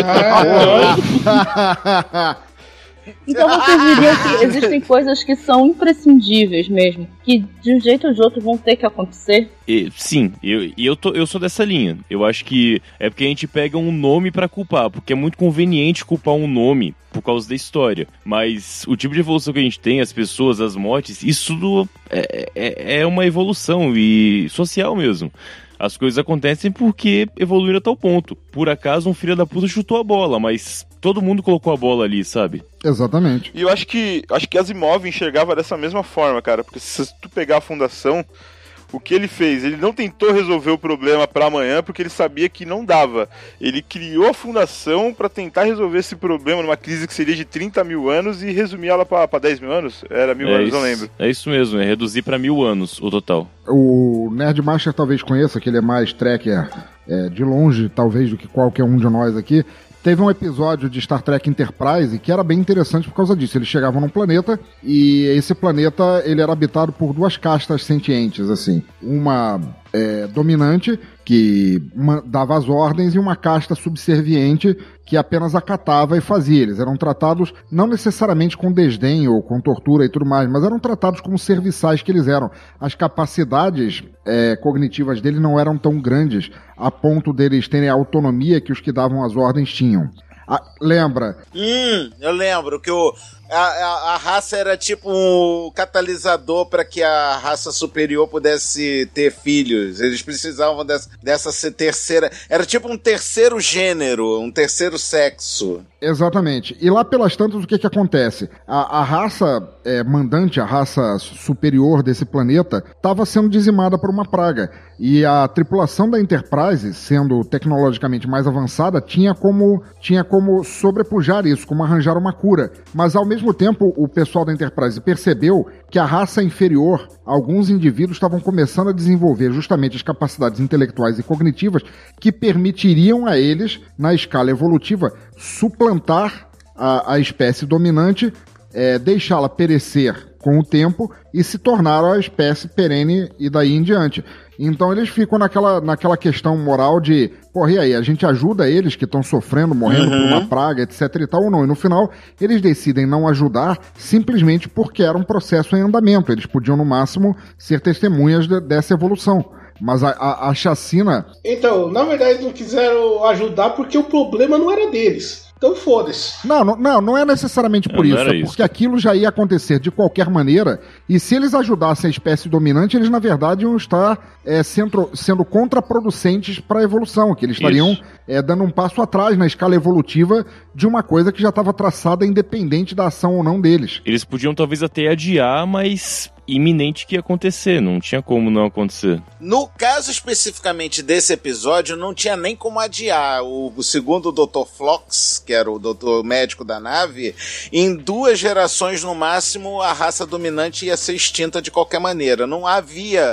Então vocês diriam que existem coisas que são imprescindíveis mesmo, que de um jeito ou de outro vão ter que acontecer? E, sim, e eu, eu, tô, eu sou dessa linha. Eu acho que é porque a gente pega um nome pra culpar, porque é muito conveniente culpar um nome por causa da história. Mas o tipo de evolução que a gente tem, as pessoas, as mortes, isso tudo é, é, é uma evolução e social mesmo. As coisas acontecem porque evoluíram a tal ponto. Por acaso, um filho da puta chutou a bola, mas todo mundo colocou a bola ali, sabe? Exatamente. E eu acho que, acho que Asimov enxergava dessa mesma forma, cara. Porque se tu pegar a Fundação, o que ele fez? Ele não tentou resolver o problema pra amanhã porque ele sabia que não dava. Ele criou a Fundação pra tentar resolver esse problema numa crise que seria de trinta mil anos e resumir ela pra, pra dez mil anos? Era mil é anos, isso, não lembro. É isso mesmo, é reduzir pra mil anos o total. O Nerdmaster talvez conheça, que ele é mais tracker é, de longe, talvez, do que qualquer um de nós aqui. Teve um episódio de Star Trek Enterprise que era bem interessante por causa disso. Eles chegavam num planeta e esse planeta ele era habitado por duas castas sentientes, assim. Uma é, dominante, que dava as ordens, e uma casta subserviente que apenas acatava e fazia. Eles eram tratados não necessariamente com desdém ou com tortura e tudo mais, mas eram tratados como serviçais que eles eram. As capacidades é, cognitivas deles não eram tão grandes a ponto deles terem a autonomia que os que davam as ordens tinham. Ah, lembra? Hum, eu lembro que o, a, a, a raça era tipo um catalisador para que a raça superior pudesse ter filhos. Eles precisavam dessa, dessa terceira... Era tipo um terceiro gênero, um terceiro sexo. Exatamente. E lá pelas tantas, o que que acontece? A, a raça é, mandante, a raça superior desse planeta, estava sendo dizimada por uma praga. E a tripulação da Enterprise, sendo tecnologicamente mais avançada, tinha como, tinha como sobrepujar isso, como arranjar uma cura. Mas, ao mesmo tempo, o pessoal da Enterprise percebeu que a raça inferior, alguns indivíduos estavam começando a desenvolver justamente as capacidades intelectuais e cognitivas que permitiriam a eles, na escala evolutiva, suplantar a, a espécie dominante, é, deixá-la perecer com o tempo e se tornar a espécie perene e daí em diante. Então eles ficam naquela, naquela questão moral de, porra, e aí, a gente ajuda eles que estão sofrendo, morrendo uhum. por uma praga, etc e tal, ou não? E no final, eles decidem não ajudar simplesmente porque era um processo em andamento. Eles podiam, no máximo, ser testemunhas de, dessa evolução. Mas a, a, a chacina... Então, na verdade, não quiseram ajudar porque o problema não era deles. Então foda-se. Não, não, não, não é necessariamente por não, isso, não é isso. porque aquilo já ia acontecer de qualquer maneira, e se eles ajudassem a espécie dominante, eles na verdade iam estar é, sendo, sendo contraproducentes para a evolução, que eles estariam é, dando um passo atrás na escala evolutiva de uma coisa que já estava traçada independente da ação ou não deles. Eles podiam talvez até adiar, mas... iminente que ia acontecer, não tinha como não acontecer. No caso especificamente desse episódio, não tinha nem como adiar. O, o segundo doutor Phlox, que era o doutor médico da nave, em duas gerações no máximo a raça dominante ia ser extinta de qualquer maneira. Não havia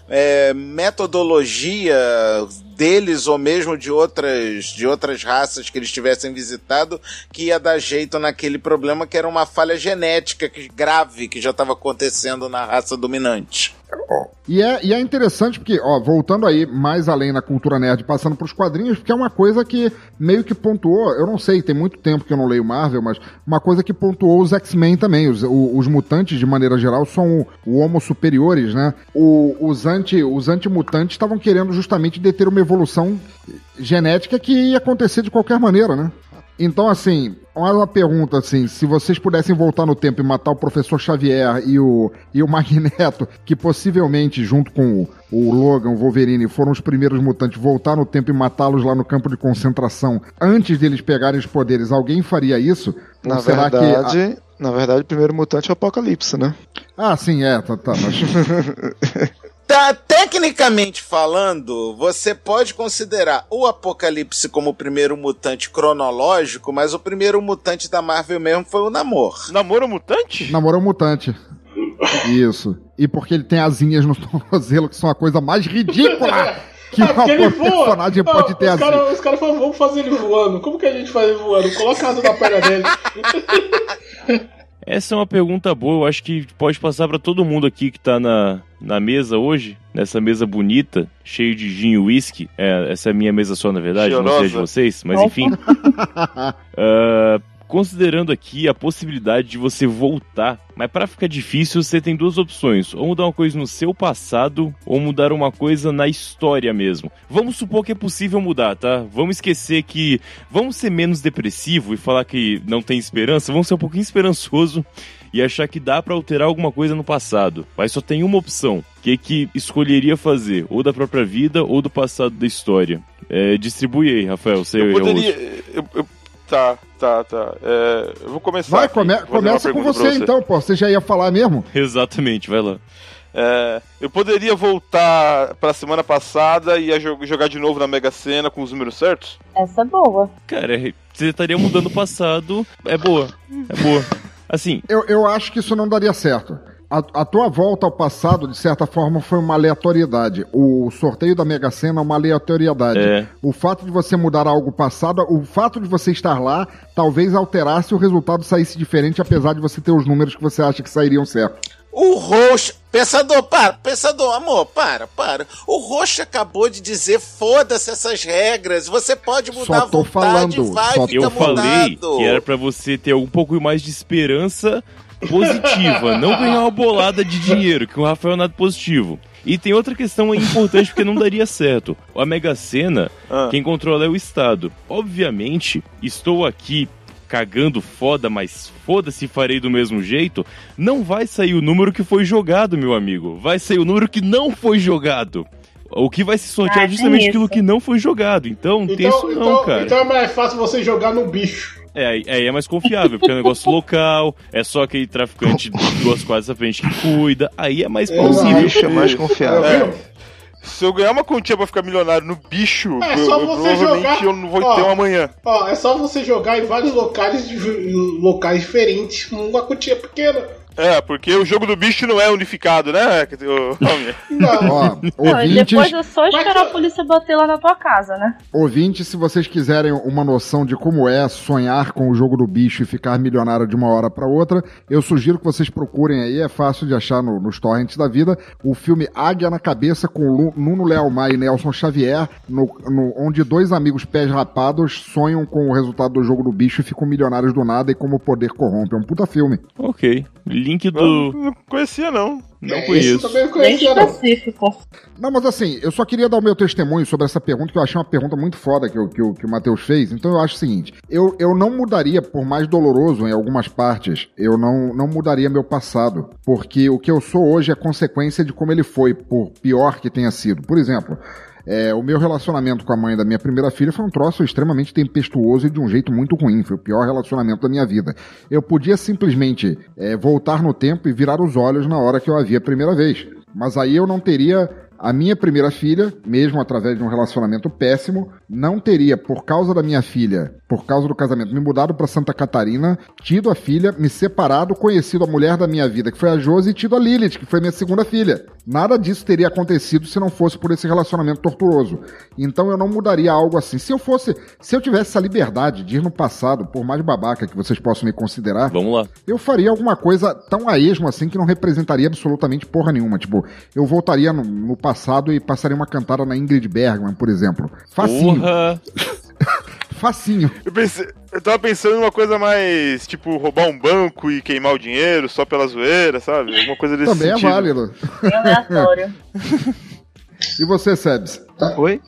é, metodologia deles ou mesmo de outras, de outras raças que eles tivessem visitado que ia dar jeito naquele problema que era uma falha genética que, grave que já estava acontecendo na raça dominante. E é, e é interessante porque, ó, voltando aí mais além na cultura nerd, passando pros quadrinhos, porque é uma coisa que meio que pontuou, eu não sei, tem muito tempo que eu não leio Marvel, mas uma coisa que pontuou os X-Men também, os, os, os mutantes de maneira geral são o, o homo superiores, né? O, os, anti, os antimutantes estavam querendo justamente deter uma evolução genética que ia acontecer de qualquer maneira, né? Então, assim, uma pergunta, assim, se vocês pudessem voltar no tempo e matar o Professor Xavier e o, e o Magneto, que possivelmente, junto com o, o Logan, o Wolverine, foram os primeiros mutantes, voltar no tempo e matá-los lá no campo de concentração, antes deles pegarem os poderes, alguém faria isso? Na será verdade, que a... na verdade, o primeiro mutante é o Apocalipse, né? Ah, sim, é, tá, tá, mas... Tá, tecnicamente falando, você pode considerar o Apocalipse como o primeiro mutante cronológico, mas o primeiro mutante da Marvel mesmo foi o Namor. Namor é um mutante? Namor é um mutante. Isso. E porque ele tem asinhas no tornozelo, que são a coisa mais ridícula que é um personagem voa. pode ah, ter os asinhas. Cara, os caras falam, vamos fazer ele voando. Como que a gente faz ele voando? Coloca a asa na perna dele. Essa é uma pergunta boa, eu acho que pode passar pra todo mundo aqui que tá na, na mesa hoje, nessa mesa bonita, cheio de gin e whisky. É, essa é a minha mesa só, na verdade, Cheirosa. Não sei a de vocês, mas enfim. uh, considerando aqui a possibilidade de você voltar, mas pra ficar difícil, você tem duas opções. Ou mudar uma coisa no seu passado, ou mudar uma coisa na história mesmo. Vamos supor que é possível mudar, tá? Vamos esquecer que... Vamos ser menos depressivo e falar que não tem esperança. Vamos ser um pouquinho esperançoso e achar que dá pra alterar alguma coisa no passado. Mas só tem uma opção. O que que escolheria fazer? Ou da própria vida, ou do passado da história. É, distribui aí, Rafael. Você eu poderia... Eu, eu... Tá, tá, tá. É, eu vou começar. Vai, come, começa com você, você então, pô. Você já ia falar mesmo? Exatamente, vai lá. É, eu poderia voltar pra semana passada e ia jogar de novo na Mega Sena com os números certos? Essa é boa. Cara, você estaria mudando o passado. É boa, é boa. Assim... Eu, eu acho que isso não daria certo. A, a tua volta ao passado, de certa forma, foi uma aleatoriedade. O sorteio da Mega Sena é uma aleatoriedade. É. O fato de você mudar algo passado, o fato de você estar lá, talvez alterasse o resultado saísse diferente, apesar de você ter os números que você acha que sairiam certo. O Roxo... Pensador, para, pensador, amor, para, para. O Roxo acabou de dizer, foda-se essas regras, você pode mudar só tô a vontade, falando, vai, só fica Eu falei mudado. que era pra você ter um pouco mais de esperança positiva, não ganhar uma bolada de dinheiro, que o Rafael é nada positivo. E tem outra questão aí importante, porque não daria certo. A Mega Sena, ah. quem controla é o Estado. Obviamente, estou aqui cagando foda, mas foda-se, farei do mesmo jeito. Não vai sair o número que foi jogado, meu amigo. Vai sair o número que não foi jogado. O que vai se sortear é justamente aquilo que não foi jogado. Então, não tem isso não, então, cara. Então é mais fácil você jogar no bicho. É, aí é mais confiável, porque é um negócio local, é só aquele traficante de duas quadras à frente que cuida, aí é mais plausível. O bicho é mais confiável. É. Se eu ganhar uma continha pra ficar milionário no bicho, é eu, só eu, você provavelmente jogar... eu não vou ó, ter um amanhã. Ó, é só você jogar em vários locais, locais diferentes, com uma continha pequena. É, porque o jogo do bicho não é unificado, né? Não. Ó, ouvintes... Depois é só esperar a polícia bater lá na tua casa, né? Ouvinte, se vocês quiserem uma noção de como é sonhar com o jogo do bicho e ficar milionário de uma hora pra outra, eu sugiro que vocês procurem aí, é fácil de achar no, nos torrents da vida, o filme Águia na Cabeça com Lu, Nuno Leal Maia e Nelson Xavier, no, no, onde dois amigos pés rapados sonham com o resultado do jogo do bicho e ficam milionários do nada e como o poder corrompe. É um puta filme. Ok. Link do... Não, não conhecia, não. Não é, conheço. Também não conhecia, não. Específico. Não, mas assim, eu só queria dar o meu testemunho sobre essa pergunta, que eu achei uma pergunta muito foda que, eu, que, eu, que o Matheus fez. Então eu acho o seguinte, eu, eu não mudaria, por mais doloroso em algumas partes, eu não, não mudaria meu passado. Porque o que eu sou hoje é consequência de como ele foi, por pior que tenha sido. Por exemplo... É, o meu relacionamento com a mãe da minha primeira filha foi um troço extremamente tempestuoso e de um jeito muito ruim. Foi o pior relacionamento da minha vida. Eu podia simplesmente é, voltar no tempo e virar os olhos na hora que eu a vi a primeira vez. Mas aí eu não teria a minha primeira filha, mesmo através de um relacionamento péssimo, não teria, por causa da minha filha, por causa do casamento, me mudado pra Santa Catarina, tido a filha, me separado, conhecido a mulher da minha vida, que foi a Josi, e tido a Lilith, que foi minha segunda filha. Nada disso teria acontecido se não fosse por esse relacionamento torturoso. Então eu não mudaria algo assim. Se eu fosse, se eu tivesse essa liberdade de ir no passado, por mais babaca que vocês possam me considerar, vamos lá, eu faria alguma coisa tão a esmo assim que não representaria absolutamente porra nenhuma. Tipo, eu voltaria no, no passado e passaria uma cantada na Ingrid Bergman, por exemplo. Facinho. Porra. Facinho. Eu, pensei, eu tava pensando em uma coisa mais, tipo, roubar um banco e queimar o dinheiro só pela zoeira, sabe? Alguma coisa desse Também sentido. É válido. Bem aleatório. E você, Sebs? Oi?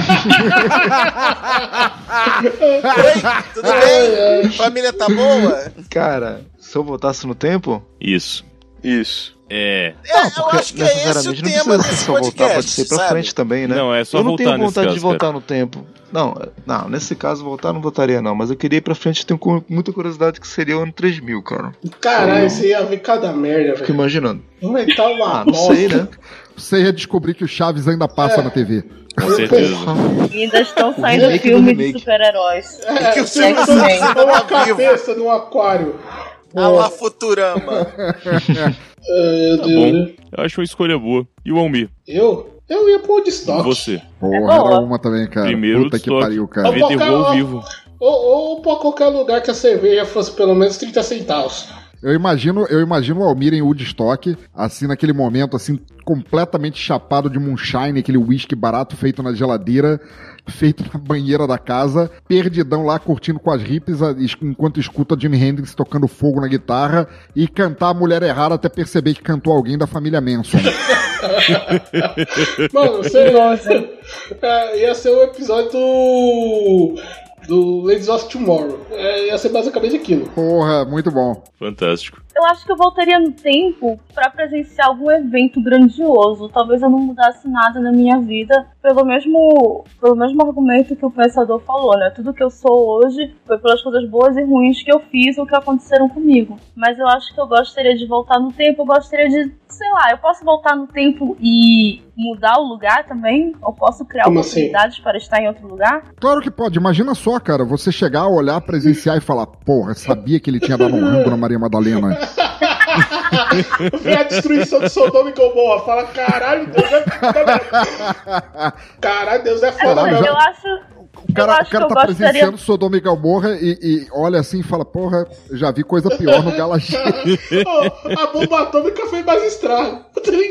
Oi, tudo bem? Família tá boa? Cara, se eu voltasse no tempo? Isso. Isso. É. É, eu acho que é esse o não tema precisa desse só voltar, podcast, pode ser pra sabe? frente também, né? Não, é só eu não voltar tenho nesse vontade caso, de voltar cara. no tempo. Não, não, nesse caso voltar não voltaria não, mas eu queria ir pra frente, tenho com- muita curiosidade que seria o ano três mil, cara. Caralho, você ia ver cada merda, Fico velho. imaginando. Inventar uma Ah, não sei, bosta. né? Você ia descobrir que o Chaves ainda passa É. na T V. Com certeza. E ainda estão saindo remake do filmes de remake. super-heróis. É, que o você Silvio uma Santos tá cabeça no aquário. A la Futurama. Ai, meu Tá Deus. bom. Eu acho uma escolha boa. E o Almir? Eu? Eu ia pro Woodstock. Você. Porra, É boa. era uma também, cara. Primeiro Puta que Woodstock. pariu, cara. Vê terror ao vivo. Ou, ou pra qualquer lugar que a cerveja fosse pelo menos trinta centavos. Eu imagino, eu imagino o Almir em Woodstock, assim, naquele momento, assim, completamente chapado de moonshine, aquele whisky barato feito na geladeira, feito na banheira da casa, perdidão lá, curtindo com as hippies, a- es- enquanto escuta Jimi Hendrix tocando fogo na guitarra e cantar a mulher errada até perceber que cantou alguém da família Manson. Mano, você... é, ia ser um episódio do... do Ladies of Tomorrow. É, ia ser basicamente aquilo. Porra, muito bom. Fantástico. Eu acho que eu voltaria no tempo pra presenciar algum evento grandioso. Talvez eu não mudasse nada na minha vida, pelo mesmo, pelo mesmo argumento que o pensador falou, né? Tudo que eu sou hoje foi pelas coisas boas e ruins que eu fiz ou que aconteceram comigo. Mas eu acho que eu gostaria de voltar no tempo, eu gostaria de, sei lá, eu posso voltar no tempo e mudar o lugar também? Ou posso criar Como oportunidades para estar em outro lugar? Claro que pode. Imagina só, cara, você chegar, olhar, presenciar e falar, porra, sabia que ele tinha dado um rango na Maria Madalena. Vê a destruição de Sodoma e Gomorra. Fala, caralho, Deus é foda. Caralho, Deus é É, foda. mas já- eu acho... O cara, eu o acho cara que eu tá gostaria... presenciando Sodoma e Gomorra e, e olha assim e fala, porra, já vi coisa pior no Galaxy. Oh, a bomba atômica fez mais estrago.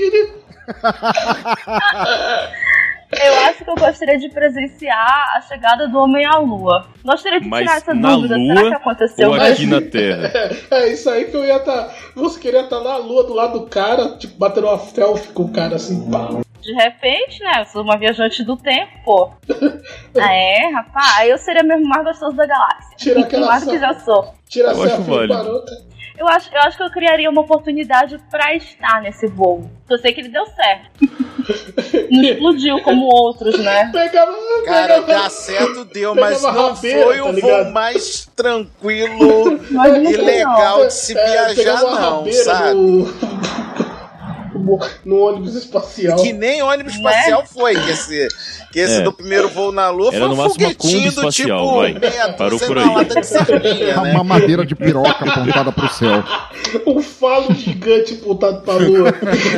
Eu acho que eu gostaria de presenciar a chegada do Homem à Lua. Gostaria de Mas tirar essa na dúvida. Lua Será que aconteceu ou mesmo? aqui na Terra? É, é isso aí que eu ia estar. Você queria estar na lua do lado do cara, tipo, batendo uma selfie com o cara assim, pá. De repente, né? Eu sou uma viajante do tempo, pô. Ah, é, rapaz. Aí eu seria mesmo mais gostoso da galáxia. Tira aquela Mais do que já sou. Tira a Eu acho selfie válido. barota. Eu acho, eu acho que eu criaria uma oportunidade pra estar nesse voo. Eu sei que ele deu certo. Não explodiu como outros, né? Pegava. Cara, pegava- dar certo deu, mas pegava não rabeira, foi tá o ligado? voo mais tranquilo Mas não e foi, legal não. de se É, viajar, pegava uma não, rabeira sabe? No... no ônibus espacial. Que nem ônibus Né? espacial foi, que esse, que esse É. do primeiro voo na Lua Era foi no um máximo uma foguetinho Kombi do espacial, tipo vai. meia Parou dúzia por na aí. lata de sardinha, né? Uma madeira de piroca apontada pro céu. Um falo gigante apontado pra lua.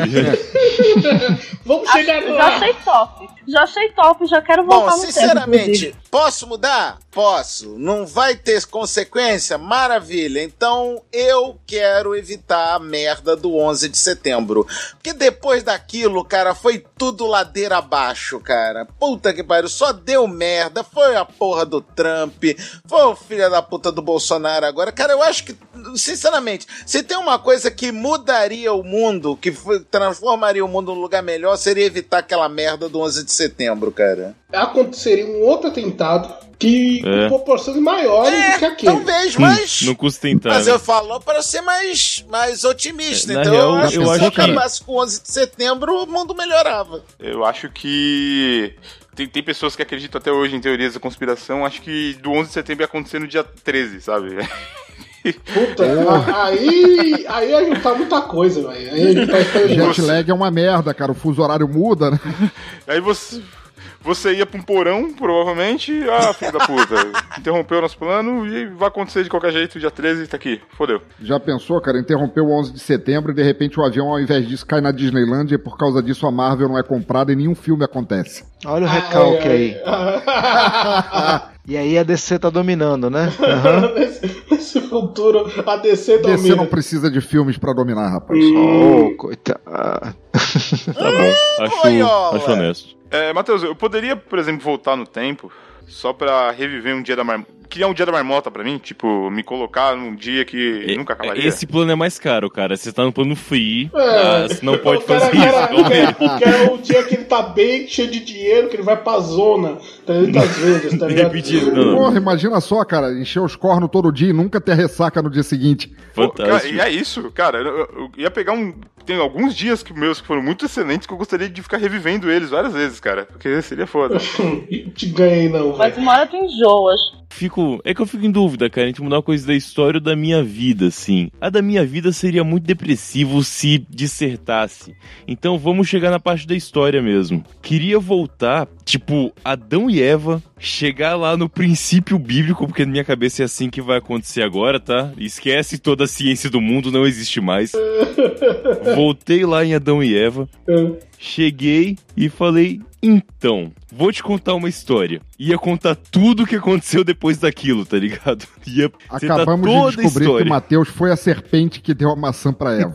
Vamos Acho- chegar já lá. achei top. Já achei top, já quero Bom, voltar no tempo. sinceramente, inclusive. posso mudar? Posso. Não vai ter consequência? Maravilha. Então eu quero evitar a merda do onze de setembro. Porque depois daquilo, cara, foi tudo ladeira abaixo, cara. Puta que pariu, só deu merda. Foi a porra do Trump, foi o filho da puta do Bolsonaro agora. Cara, eu acho que, sinceramente, se tem uma coisa que mudaria o mundo, que foi- transformaria o mundo num lugar melhor, seria evitar aquela merda do onze de setembro, cara. Aconteceria um outro atentado que É. com proporções maiores do que aquele. Talvez, mas... Não custa tentar. Mas né? eu falo para ser mais, mais otimista. É, na então real, eu acho eu que se acho eu que- acabasse com onze de setembro, o mundo melhorava. Eu acho que tem, tem pessoas que acreditam até hoje em teorias da conspiração. Acho que do onze de setembro ia acontecer no dia treze, sabe? Puta, a- aí, aí ia juntar muita coisa, velho. Aí a gente vai estar Jet lag é uma merda, cara. O fuso horário muda, né? Aí você, você ia pra um porão, provavelmente. Ah, filho da puta, interrompeu o nosso plano e vai acontecer de qualquer jeito, dia treze, tá aqui, fodeu. Já pensou, cara, interrompeu o onze de setembro e de repente o avião, ao invés disso, cai na Disneylandia e por causa disso a Marvel não é comprada e nenhum filme acontece. Olha o recalque aí. E aí a D C tá dominando, né? Uhum. nesse, nesse futuro, a D C domina. D C não precisa de filmes pra dominar, rapaz. Oh, coitado. Tá bom, acho, acho honesto. É, Matheus, eu poderia, por exemplo, voltar no tempo só pra reviver um dia da marmota. Criar um dia da marmota pra mim, tipo, me colocar num dia que é, nunca acabaria. Esse plano é mais caro, cara. Você tá no plano free, é, você não pode cara, fazer cara, isso. Quer, quer o dia que ele tá bem cheio de dinheiro, que ele vai pra zona, trezentas vezes, tá ligado? Repetir, não. Porra, imagina só, cara, encher os cornos todo dia e nunca ter ressaca no dia seguinte. Fantástico. Pô, cara, e é isso, cara. Eu, eu, eu ia pegar um... Tem alguns dias que meus que foram muito excelentes que eu gostaria de ficar revivendo eles várias vezes, cara. Porque seria foda. Te ganhei, não, mas uma hora tu enjoas. Fico, é que eu fico em dúvida, cara, a gente mudar uma coisa da história ou da minha vida, assim. A da minha vida seria muito depressivo se dissertasse. Então vamos chegar na parte da história mesmo. Queria voltar, tipo, Adão e Eva, chegar lá no princípio bíblico, porque na minha cabeça é assim que vai acontecer agora, tá? Esquece toda a ciência do mundo, não existe mais. Voltei lá em Adão e Eva, cheguei e falei... Então, vou te contar uma história. Ia contar tudo o que aconteceu depois daquilo, tá ligado? Ia Acabamos de descobrir que o Matheus foi a serpente que deu a maçã pra Eva.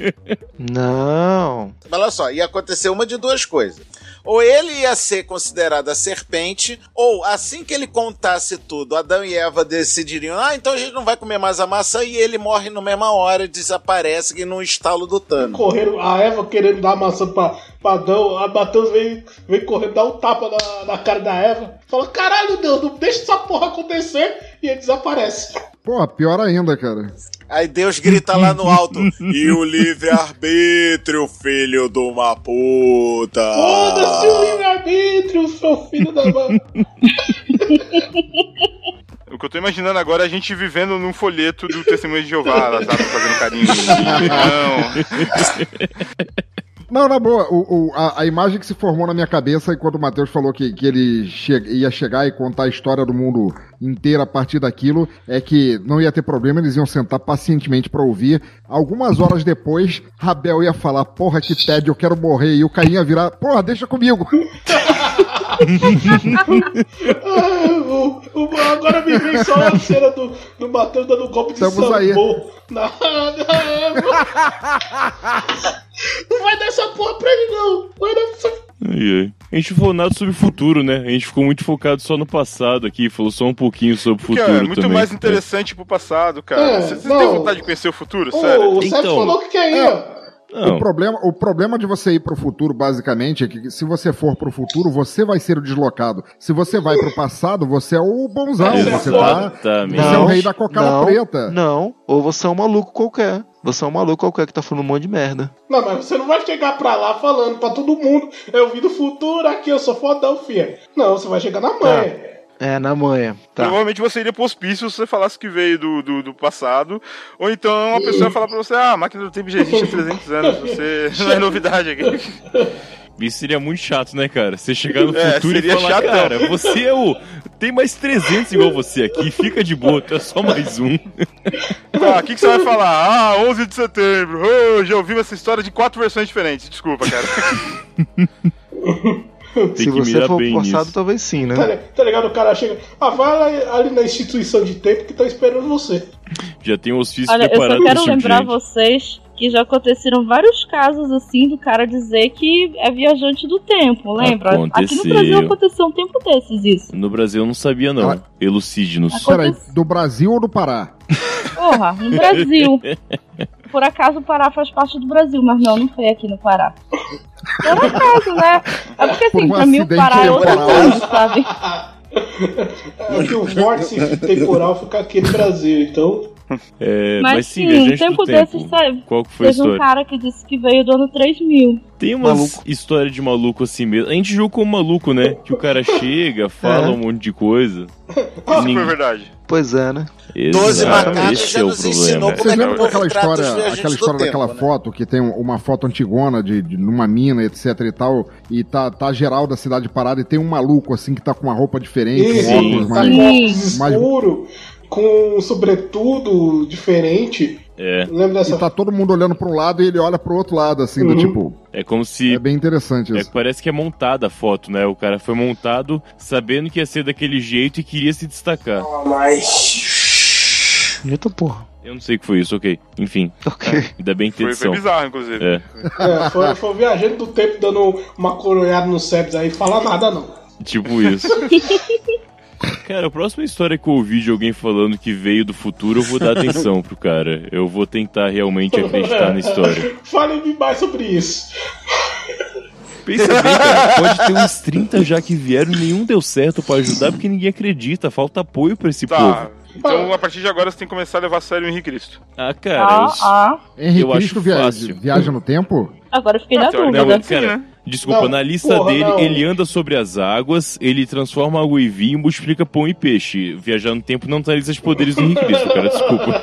Não. Mas olha só, ia acontecer uma de duas coisas. Ou ele ia ser considerado a serpente, ou assim que ele contasse tudo, Adão e Eva decidiriam, ah, então a gente não vai comer mais a maçã, e ele morre na mesma hora e desaparece no estalo do Thanos. Correram, a Eva querendo dar a maçã pra, pra Adão, a Matheus vem, vem correndo, dá um tapa na, na cara da Eva, fala, caralho, Deus, não deixa essa porra acontecer, e ele desaparece. Pô, pior ainda, cara. Aí Deus grita lá no alto, e o livre-arbítrio, filho de uma puta. Foda-se o livre-arbítrio, seu filho da mãe. O que eu tô imaginando agora é a gente vivendo num folheto do Testemunho de Jeová, lá, sabe, fazendo carinho. Não. Não, na boa, o, o, a, a imagem que se formou na minha cabeça enquanto o Matheus falou que, que ele che- ia chegar e contar a história do mundo inteiro a partir daquilo, é que não ia ter problema, eles iam sentar pacientemente pra ouvir. Algumas horas depois, Abel ia falar, porra, que tédio, eu quero morrer, e o Caim ia virar, porra, deixa comigo. o, o, agora me vem só a cena do, do Matheus dando golpe de Estamos aí. Na, na Não vai dar essa porra pra ele, não. Vai dar essa... Ai, ai. A gente não falou nada sobre o futuro, né? A gente ficou muito focado só no passado aqui, falou só um pouquinho sobre o futuro também. É muito também, mais interessante pro passado, cara. Você é, tem vontade de conhecer o futuro, oh, sério? O Sérgio então, falou que quer ir, ó. O problema, o problema de você ir pro futuro, basicamente, é que se você for pro futuro, você vai ser o deslocado. Se você vai pro passado, você é o bonzão. É, você, tá, você é o rei da cocada preta. Não, ou você é um maluco qualquer. Você é um maluco qualquer que tá falando um monte de merda. Não, mas você não vai chegar pra lá falando pra todo mundo, eu vim do futuro, aqui eu sou fodão, filha. Não, você vai chegar na manha. Ah. É, na manha. Tá. Provavelmente você iria pro hospício se você falasse que veio do, do, do passado. Ou então uma pessoa ia falar pra você, ah, a máquina do tempo já existe há trezentos anos, você não é novidade aqui. Isso seria muito chato, né, cara? Você chegar no é, futuro e falar, chatão. Cara, você é o... Tem mais trezentos igual você aqui, fica de boa, tu é só mais um. Tá, o que, que você vai falar? Ah, onze de setembro, oh, já ouvi essa história de quatro versões diferentes, desculpa, cara. Tem Se que você for pro passado, nisso. talvez sim, né? Tá, tá ligado? O cara chega, ah, vai ali na instituição de tempo que tá esperando você. Já tem um hospício Olha, preparado. Eu só quero pro lembrar sujeito. vocês que já aconteceram vários casos assim do cara dizer que é viajante do tempo, lembra? Aconteceu. Aqui no Brasil aconteceu um tempo desses isso. No Brasil eu não sabia não, Ah. Elucide-nos. Peraí, do Brasil ou do Pará? Porra, no Brasil. Por acaso o Pará faz parte do Brasil, mas não, não foi aqui no Pará. Por acaso, né? É porque assim, Por um pra mim o acidente Pará é outra temporal. coisa, sabe? É que o vórtice temporal fica aqui no Brasil, então É, mas, mas sim, sim, Viajante tempo do Tempo. desses, sabe? Qual que foi a Teve história? um cara que disse que veio do ano três mil. Tem umas Maluco. histórias de maluco assim mesmo. A gente julga como maluco, né? Que o cara chega, fala É. um monte de coisa. Isso Ninguém- foi verdade. Pois é, né? Doze Exato, macacos esse já é o nos ensinou problema. como Vocês é que o lembram povo daquela trata os história, viajantes aquela do história tempo, daquela né? foto que tem uma foto antigona de, de numa mina, etc e tal, e tá, tá geral da cidade parada e tem um maluco assim que tá com uma roupa diferente, Isso, um óculos tá mais... com óculos mais- escuro, com um sobretudo diferente. É. Lembra dessa E tá todo mundo olhando pra um lado e ele olha pro outro lado, assim, do Uhum. tipo... É como se. É bem interessante É, isso. parece que é montada a foto, né? O cara foi montado sabendo que ia ser daquele jeito e queria se destacar. Eita porra. Eu não sei o que foi isso, ok. Enfim, Ok. ainda bem que tem Foi, foi edição. bizarro, inclusive. É. É, foi, foi o viajante do tempo dando uma coronhada no Sebs aí, fala nada não. Tipo isso. Cara, a próxima história que eu ouvi de alguém falando que veio do futuro, eu vou dar atenção pro cara. Eu vou tentar realmente acreditar na história. Fale-me mais sobre isso. Pensa bem, cara, pode ter uns trinta já que vieram e nenhum deu certo pra ajudar porque ninguém acredita, falta apoio pra esse Tá. povo. Então, a partir de agora, você tem que começar a levar a sério o Henrique Cristo. Ah, cara, Ah, eu- ah. Henrique eu acho Cristo via... fácil. viaja no tempo? Agora eu fiquei na Não, dúvida. Não, Sim, cara, né? desculpa, Não, na lista porra, dele, não. ele anda sobre as águas, ele transforma água em vinho e multiplica pão e peixe. Viajar no tempo não tá na lista de poderes do Henrique Cristo, cara, desculpa.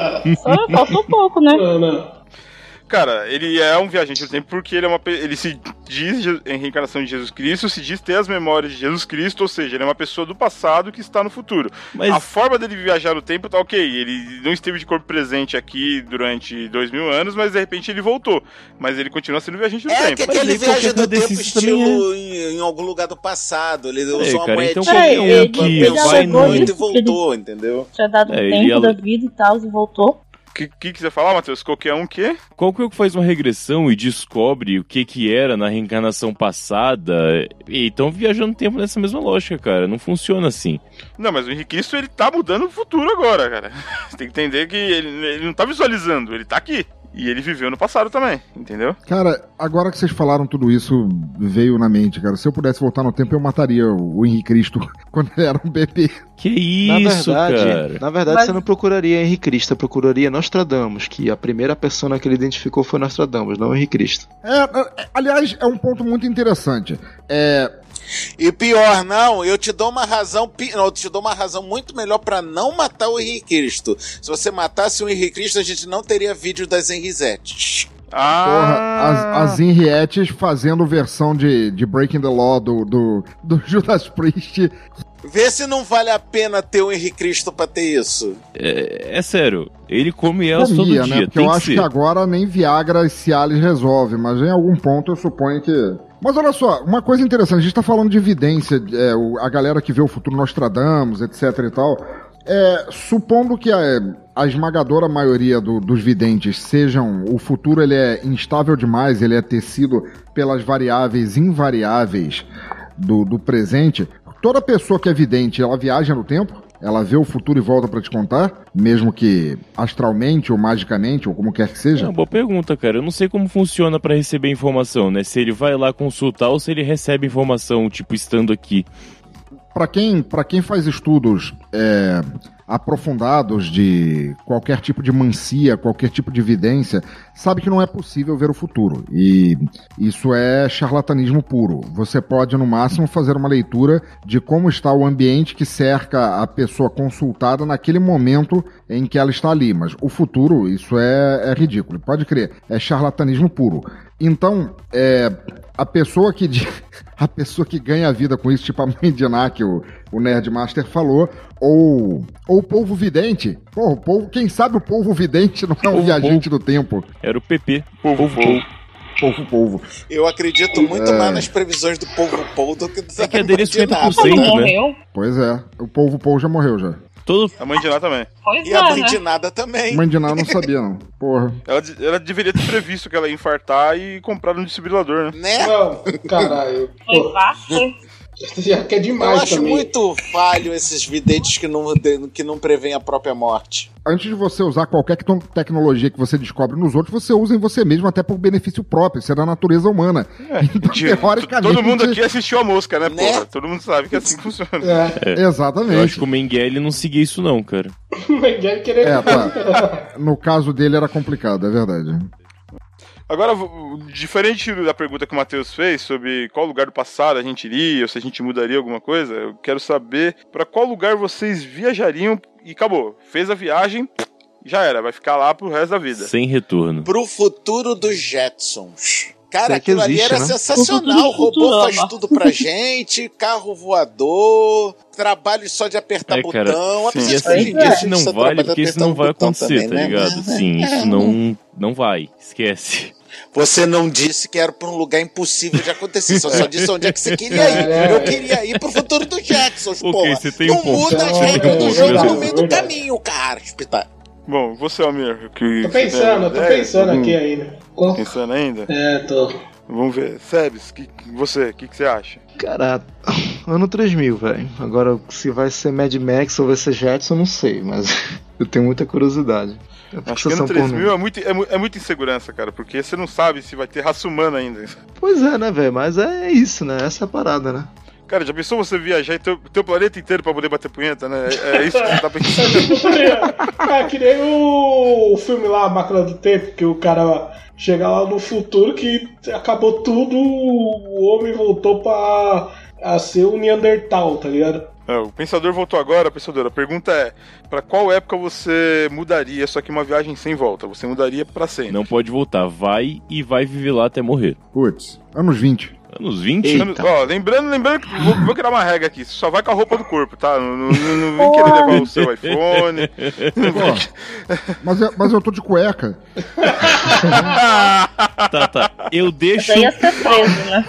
Só falta um pouco, né? Não, não. Cara, ele é um viajante do tempo porque ele é uma pe- ele se diz Je- em reencarnação de Jesus Cristo, se diz ter as memórias de Jesus Cristo, ou seja, ele é uma pessoa do passado que está no futuro. Mas- A forma dele viajar no tempo tá ok, ele não esteve de corpo presente aqui durante dois mil anos, mas de repente ele voltou. Mas ele continua sendo viajante do É tempo. que Mas aquele aí viagem qualquer do tempo desse também estilo em, em algum lugar do passado. Ele Peraí, usou uma cara, então moedinha, qualquer um ele- que ele pensou vai no... muito e isso, que ele- voltou, entendeu? Tinha dado um É, ele tempo ia- da vida e tal, e voltou. O que, que quiser falar, Matheus? Qualquer um que? Qualquer um que faz uma regressão e descobre o que que era na reencarnação passada, e então viajando no tempo nessa mesma lógica, cara, não funciona assim. Não, mas o Henrique Cristo, ele tá mudando o futuro agora, cara. Você tem que entender que ele, ele não tá visualizando, ele tá aqui. E ele viveu no passado também, entendeu? Cara, agora que vocês falaram tudo isso, veio na mente, cara. Se eu pudesse voltar no tempo, eu mataria o o Henrique Cristo quando ele era um bebê. Que Na isso, verdade, cara? na verdade Mas- você não procuraria Henrique Cristo, você procuraria Nostradamus, que a primeira persona que ele identificou foi Nostradamus, não Henrique Cristo. É, é, aliás, é um ponto muito interessante. É, E pior, não, eu te dou uma razão, pi- não, eu te dou uma razão muito melhor pra não matar o Henrique Cristo. Se você matasse o Henrique Cristo, a gente não teria vídeo das Henrisettes. Ah, porra, as, as Henriettes fazendo versão de, de Breaking the Law do, do, do Judas Priest. Vê se não vale a pena ter o Henrique Cristo pra ter isso. É, é sério, ele come elas todo Comia, dia, né? Porque tem eu que acho ser. que agora nem Viagra e Cialis resolve, mas em algum ponto eu suponho que... Mas olha só, uma coisa interessante, a gente tá falando de evidência, é, o- a galera que vê o futuro Nostradamus, etc e tal, é, supondo que a, a esmagadora maioria do- dos videntes sejam, o futuro ele é instável demais, ele é tecido pelas variáveis invariáveis do, do presente, toda pessoa que é vidente, ela viaja no tempo? Ela vê o futuro e volta pra te contar? Mesmo que astralmente ou magicamente, ou como quer que É seja? uma boa pergunta, cara. Eu não sei como funciona pra receber informação, né? Se ele vai lá consultar ou se ele recebe informação, tipo, estando aqui. Para quem, pra quem faz estudos é, aprofundados de qualquer tipo de mancia, qualquer tipo de evidência, sabe que não é possível ver o futuro. E isso é charlatanismo puro. Você pode, no máximo, fazer uma leitura de como está o ambiente que cerca a pessoa consultada naquele momento em que ela está ali. Mas o futuro, isso é, é ridículo. Pode crer, é charlatanismo puro. Então, é, a pessoa que di- a pessoa que ganha a vida com isso, tipo a mãe de Iná, que o, o Nerdmaster falou, ou, ou o polvo vidente. Pô, o polvo, quem sabe o polvo vidente não é um Polvo, viajante do tempo. Era o P P. Povo, Povo, povo. Polvo, polvo. Eu acredito muito mais nas previsões do povo Paul do que É que a dele é de cinquenta por nada, cento, né? né? Morreu? Pois é, o polvo polvo já morreu já. Todo... A mãe de Ná também. Pois E é, a mãe né? de nada também. Mãe de Ná não sabia, não. Porra. Ela, de- ela deveria ter previsto que ela ia infartar e comprar um desfibrilador, né? Né? Não, caralho. Foi Pô, fácil. Já que é demais Eu acho também. muito falho esses videntes que não, que não preveem a própria morte. Antes de você usar qualquer tecnologia que você descobre nos outros, você usa em você mesmo até por benefício próprio, isso é da natureza humana. É, então, de, teoricamente... Todo mundo aqui assistiu a Mosca, né, Né? porra? Todo mundo sabe que é assim que funciona. É. É. Exatamente. Eu acho que o Mengele não seguia isso não, cara. Ninguém querer... É, tá. No caso dele era complicado, é verdade. Agora, diferente da pergunta que o Matheus fez sobre qual lugar do passado a gente iria, ou se a gente mudaria alguma coisa, eu quero saber pra qual lugar vocês viajariam e acabou. Fez a viagem, já era, vai ficar lá pro resto da vida. Sem retorno. Pro futuro dos Jetsons. Cara, É que aquilo ali existe, era né? sensacional. O robô Futurama. faz tudo pra gente, carro voador, trabalho só de apertar É, cara, botão. Apesar sim. de que hoje em dia a Esse gente não só vale trabalha porque isso apertando não vai botão acontecer, também, tá né? ligado? Sim, isso não, não vai. Esquece. Você não disse que era pra um lugar impossível de acontecer, você só disse onde é que você queria ir. Eu queria ir pro futuro dos Jetsons, Ok, porra. você tem um Não ponto. muda as Você tem regras um do ponto, jogo verdade, no meio do verdade. caminho, cara. Espetáculo. Bom, você, Almir, que... Tô pensando, eu tô pensando aqui ainda. Qual- Pensando ainda? É, tô. Vamos ver. Sebes, que, que- você, o que, que você acha? Cara, ano três mil, velho. Agora, se vai ser Mad Max ou vai ser Jetson, eu não sei, mas eu tenho muita curiosidade. É Acho que ano três mil é, muito, é, mu- é muita insegurança, cara, porque você não sabe se vai ter raça humana ainda. Pois é, né, velho? Mas é isso, né? Essa é a parada, né? Cara, já pensou você viajar e teu, teu planeta inteiro pra poder bater punheta, né? É, é isso que você tá pensando. É que nem o, o filme lá, A Máquina do Tempo, que o cara chega lá no futuro que acabou tudo, o homem voltou pra a ser um Neandertal, tá ligado? É, o Pensador voltou agora, Pensador. A pergunta é, pra qual época você mudaria, só que uma viagem sem volta? Você mudaria pra sempre? Não pode voltar. Vai e vai viver lá até morrer. Putz, anos vinte. Anos vinte? Eita. Anos- Ó, lembrando, lembrando que vou, vou criar uma regra aqui. Você só vai com a roupa do corpo, tá? Não, não, não, não vem querer levar o seu iPhone. Pô, mas, eu, mas eu tô de cueca. Tá, tá. Eu deixo, Já ia ser preso, né?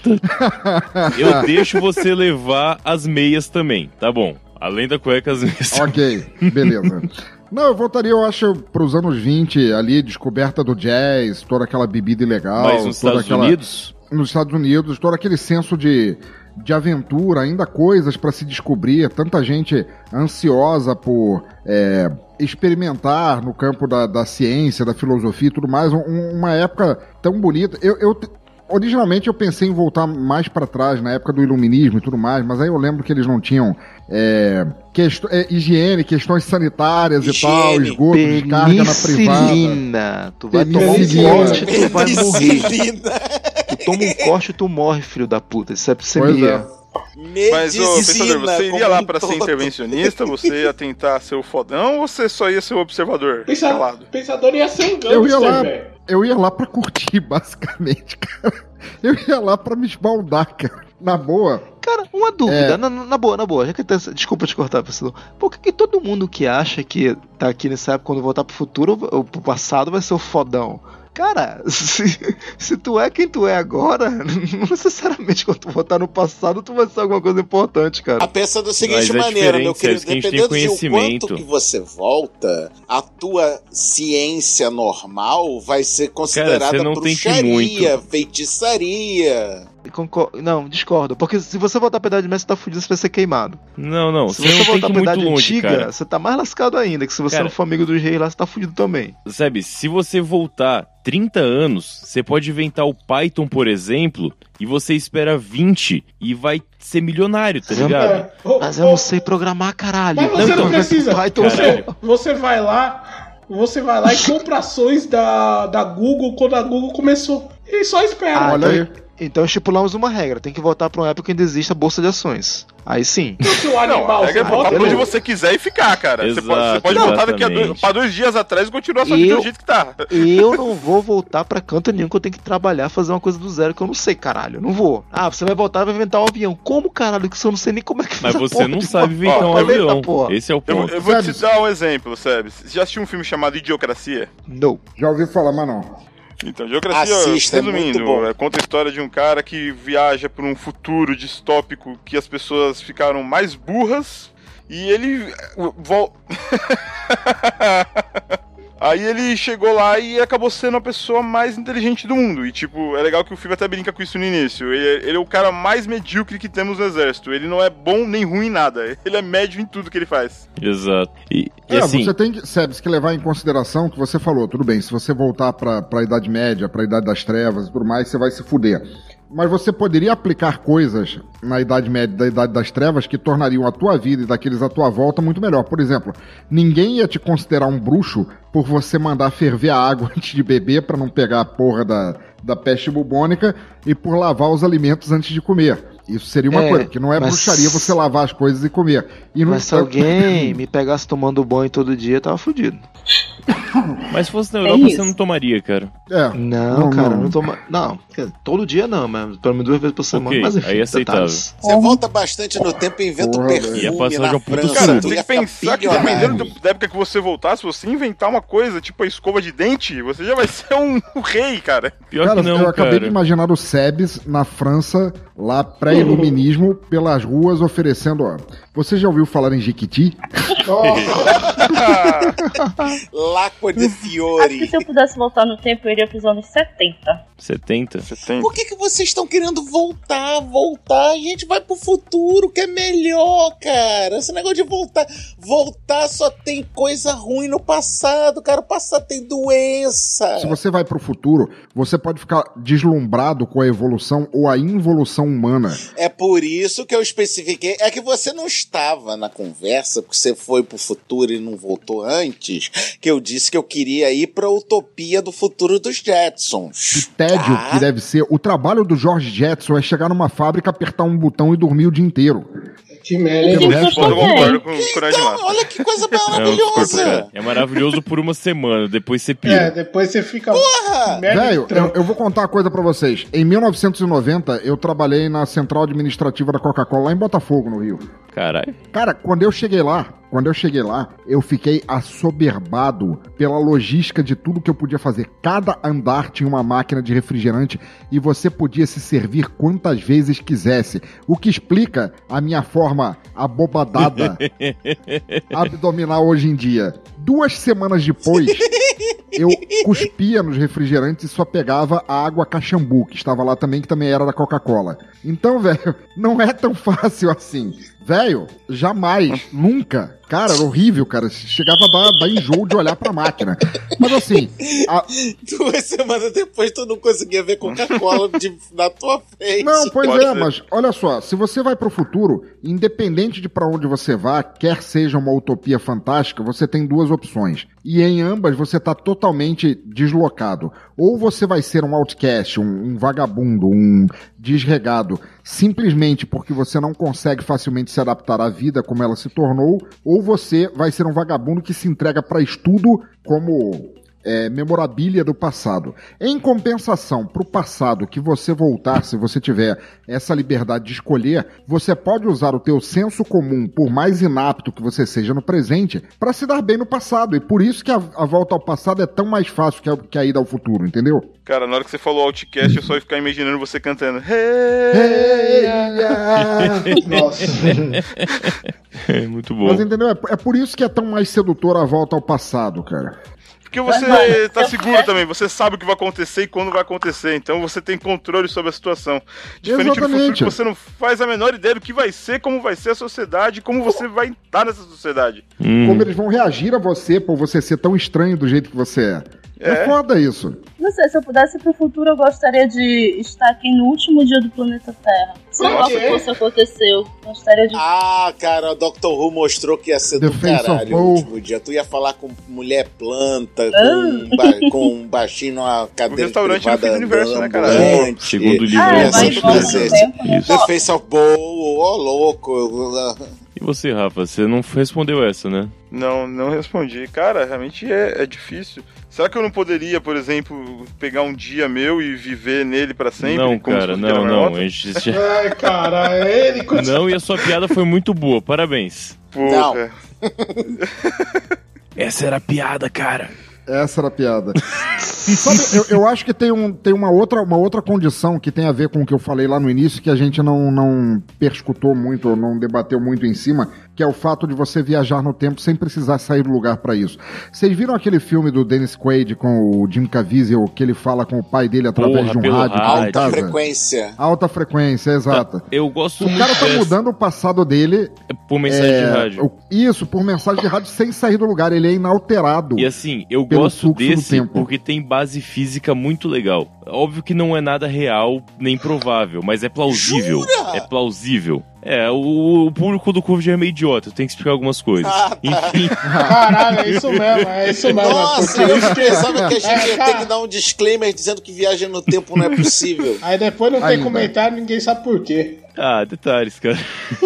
eu deixo você levar as meias também. Tá bom. Além da cueca, as meias. Ok, beleza. Não, eu voltaria, eu acho, pros anos vinte, ali, descoberta do jazz, toda aquela bebida ilegal. Mas nos toda Estados aquela... Unidos? Nos Estados Unidos, todo aquele senso de, de aventura, ainda coisas pra se descobrir, tanta gente ansiosa por é, experimentar no campo da, da ciência, da filosofia e tudo mais, um- uma época tão bonita. Eu, eu te- originalmente eu pensei em voltar mais pra trás, na época do iluminismo e tudo mais, mas aí eu lembro que eles não tinham é, quest- é, higiene, questões sanitárias e tal, Higiene, esgoto, descarga na privada. Penicilina. Tu vai tomar um Penicilina. corte e tu vai morrer. Penicilina. Tu toma um corte e tu morre, filho da puta. Isso é Pois psemia. é. Mas, ô, Pensador, você iria como lá um pra ser todo. intervencionista? Você ia tentar ser o fodão ou você só ia ser o observador? Pensa, Calado. pensador ia ser um Eu ia lá, gangster, velho. eu ia lá pra curtir, basicamente, cara. Eu ia lá pra me esbaldar, cara. Na boa. Cara, uma dúvida, É. na, na boa, na boa, já que tá, desculpa te cortar, pessoal. Por que, que todo mundo que acha que tá aqui nessa época, quando voltar pro futuro ou pro passado, vai ser o fodão? Cara, se, se tu é quem tu é agora, não necessariamente quando tu voltar no passado, tu vai ser alguma coisa importante, A cara. pensa da seguinte Mas é maneira, meu diferente, querido, Sérgio, que a gente tem dependendo de o conhecimento. quanto que você volta, a tua ciência normal vai ser considerada você não tem que bruxaria, muito. feitiçaria. Concor- Não, discordo. Porque se você voltar pra Idade Média, você tá fudido, você vai ser queimado. Não, não. Se Você você não tem voltar que ir pra muito Idade longe, Antiga, cara. você tá mais lascado ainda. Que se você Cara, não for amigo dos reis lá, você tá fudido também. Sabe, se você voltar trinta anos, você pode inventar o Python, por exemplo, e você espera vinte e vai ser milionário, tá ligado? É. Ô, Mas eu ô, não sei programar, caralho. Mas você não precisa. Python, Você, você vai lá, você vai lá e compra ações da, da Google quando a Google começou. E só espera. Ah, Olha então, aí. então estipulamos uma regra. Tem que voltar pra uma época em que existe a bolsa de ações. Aí sim. Então, se o Não, animal, a regra é você voltar volta pra onde beleza. você quiser e ficar, cara. Você Exato, pode, você pode voltar daqui a dois, exatamente. pra dois dias atrás e continuar sua vida Eu- do jeito que tá. Eu não vou voltar pra canto nenhum que eu tenho que trabalhar, fazer uma coisa do zero que eu não sei, caralho. Eu não vou. Ah, você vai voltar e vai inventar um avião. Como, caralho? Que eu não sei nem como é que Mas faz a você porra não de sabe uma inventar um paleta, avião. porra. Esse é o Eu, ponto. eu vou te Sebes. dar um exemplo, Sebes. Você já assistiu um filme chamado Idiocracia? Não. Já ouvi falar, mas não. Então, Idiocracia, Assista, é resumindo, muito bom. é, conta a história de um cara que viaja para um futuro distópico que as pessoas ficaram mais burras e ele... uh, vol- Aí ele chegou lá e acabou sendo a pessoa mais inteligente do mundo. E, tipo, é legal que o filme até brinca com isso no início. Ele, ele é o cara mais medíocre que temos no exército. Ele não é bom nem ruim em nada. Ele é médio em tudo que ele faz. Exato. E, e é, assim... você tem que, Sebes, que levar em consideração que você falou, tudo bem, se você voltar pra, pra Idade Média, pra Idade das Trevas e tudo mais, você vai se fuder. Mas você poderia aplicar coisas na Idade Média, da Idade das Trevas, que tornariam a tua vida e daqueles à tua volta muito melhor. Por exemplo, ninguém ia te considerar um bruxo por você mandar ferver a água antes de beber pra não pegar a porra da, da peste bubônica e por lavar os alimentos antes de comer. Isso seria uma é, coisa, porque não é mas... bruxaria você lavar as coisas e comer. E não... Mas se alguém me pegasse tomando banho todo dia, eu tava fudido. Mas se fosse na Europa, é você não tomaria, cara. É. Não, não cara, não, não toma. Não, todo dia não, mas pelo menos duas vezes por semana. Okay, mas enfim, aí é aceitável. Você volta bastante no tempo e inventa um perfume e a passagem na França. Cara, tem que pensar que dependendo da época que você voltar, se você inventar uma coisa, tipo a escova de dente, você já vai ser um, um rei, cara. Pior cara, que não, eu acabei cara. de imaginar o Sebes na França, lá pré-iluminismo, pelas ruas oferecendo, ó. Você já ouviu falar em Jequiti? L'Acqua di Fiori. Acho que se eu pudesse voltar no tempo, eu iria pros anos setenta. setenta? setenta. Por que, que vocês estão querendo voltar, voltar? A gente vai pro futuro, que é melhor, cara. Esse negócio de voltar. Voltar só tem coisa ruim no passado, cara. O passado tem doença. Se você vai pro futuro, você pode ficar deslumbrado com a evolução ou a involução humana. É por isso que eu especifiquei. É que você não estava na conversa, porque você foi pro futuro e não voltou antes, que eu disse que eu queria ir pra utopia do futuro dos Jetsons. O tédio tá? que deve ser. O trabalho do George Jetson é chegar numa fábrica, apertar um botão e dormir o dia inteiro. Que merda. Pelo resto, eu concordo com o Então, olha que coisa maravilhosa. É, é maravilhoso por uma semana, depois você pira. É, depois você fica... Porra! Velho, eu, eu vou contar uma coisa pra vocês. Em mil novecentos e noventa, eu trabalhei na central administrativa da Coca-Cola, lá em Botafogo, no Rio. Caralho. Cara, quando eu cheguei lá, quando eu cheguei lá, eu fiquei assoberbado pela logística de tudo que eu podia fazer. Cada andar tinha uma máquina de refrigerante e você podia se servir quantas vezes quisesse. O que explica a minha forma abobadada abdominal hoje em dia. Duas semanas depois, eu cuspia nos refrigerantes e só pegava a água Caxambu, que estava lá também, que também era da Coca-Cola. Então, velho, não é tão fácil assim. Velho, jamais, nunca. Cara, era horrível, cara. Chegava a dar, dar enjoo de olhar pra máquina. Mas assim... A... Duas semanas depois tu não conseguia ver Coca-Cola de, na tua frente. Não, pois Pode é, ser. mas olha só. Se você vai pro futuro, independente de pra onde você vá, quer seja uma utopia fantástica, você tem duas opções. E em ambas você tá totalmente deslocado. Ou você vai ser um outcast, um, um vagabundo, um desregado, simplesmente porque você não consegue facilmente se adaptar à vida como ela se tornou, ou você vai ser um vagabundo que se entrega para estudo como é, memorabilia do passado. Em compensação, para o passado que você voltar, se você tiver essa liberdade de escolher, você pode usar o teu senso comum, por mais inapto que você seja no presente, para se dar bem no passado. E por isso que a, a volta ao passado é tão mais fácil que a, que a ida ao futuro, entendeu? Cara, na hora que você falou Outcast, eu só ia ficar imaginando você cantando. Hey, yeah. Nossa. É muito bom. Mas entendeu? É, é por isso que é tão mais sedutora a volta ao passado, cara. Porque você tá seguro também, você sabe o que vai acontecer e quando vai acontecer, então você tem controle sobre a situação. Diferente Exatamente. do futuro, que você não faz a menor ideia do que vai ser, como vai ser a sociedade, como você vai estar nessa sociedade. Hum. Como eles vão reagir a você por você ser tão estranho do jeito que você é. É, É. foda isso. Não sei, se eu pudesse ir pro futuro, eu gostaria de estar aqui no último dia do planeta Terra. Se Pra algo quê? fosse aconteceu, gostaria de... Ah, cara, o doutor Who mostrou que ia ser The do Face of caralho o Paul. último dia. Tu ia falar com mulher planta, com, ba com um baixinho numa cadeira Um restaurante no fim do privada universo, né, caralho? ambulante. Segundo o livro. Ah, Ia vai ser e volta no fazer tempo. Isso. The Face of Paul, ó louco. E você, Rafa, você não respondeu essa, né? Não, não respondi. Cara, realmente é, é difícil. Será que eu não poderia, por exemplo, pegar um dia meu e viver nele pra sempre? Não, como cara, se fosse não, aquela não. marmota? A gente já... Ai, cara, ele... Não, e a sua piada foi muito boa, parabéns. Porra. Essa era a piada, cara. Essa era a piada. Sabe, eu, eu acho que tem, um, tem uma, outra, uma outra condição que tem a ver com o que eu falei lá no início, que a gente não, não perscutou muito, ou não debateu muito em cima, que é o fato de você viajar no tempo sem precisar sair do lugar pra isso. Vocês viram aquele filme do Dennis Quaid com o Jim Caviezel, que ele fala com o pai dele através Porra, de um rádio? rádio. Alta frequência. Alta frequência, exata. Eu gosto O muito cara tá dessa. mudando o passado dele. Por mensagem é, de rádio. o- Isso, por mensagem de rádio sem sair do lugar. Ele é inalterado. E assim, eu pelo gosto fluxo do desse tempo. porque tem base física muito legal. Óbvio que não é nada real nem provável, mas é plausível. Jura? É plausível. É, o, o público do Curva é meio idiota, eu tenho que explicar algumas coisas. Ah, tá. Enfim, Caralho, é isso mesmo, é isso mesmo. Nossa, é eu porque... pensava que a gente É, ia cara. ter que dar um disclaimer dizendo que viagem no tempo não é possível. Aí depois não tem Ainda. comentário, ninguém sabe por quê. ah, detalhes, cara.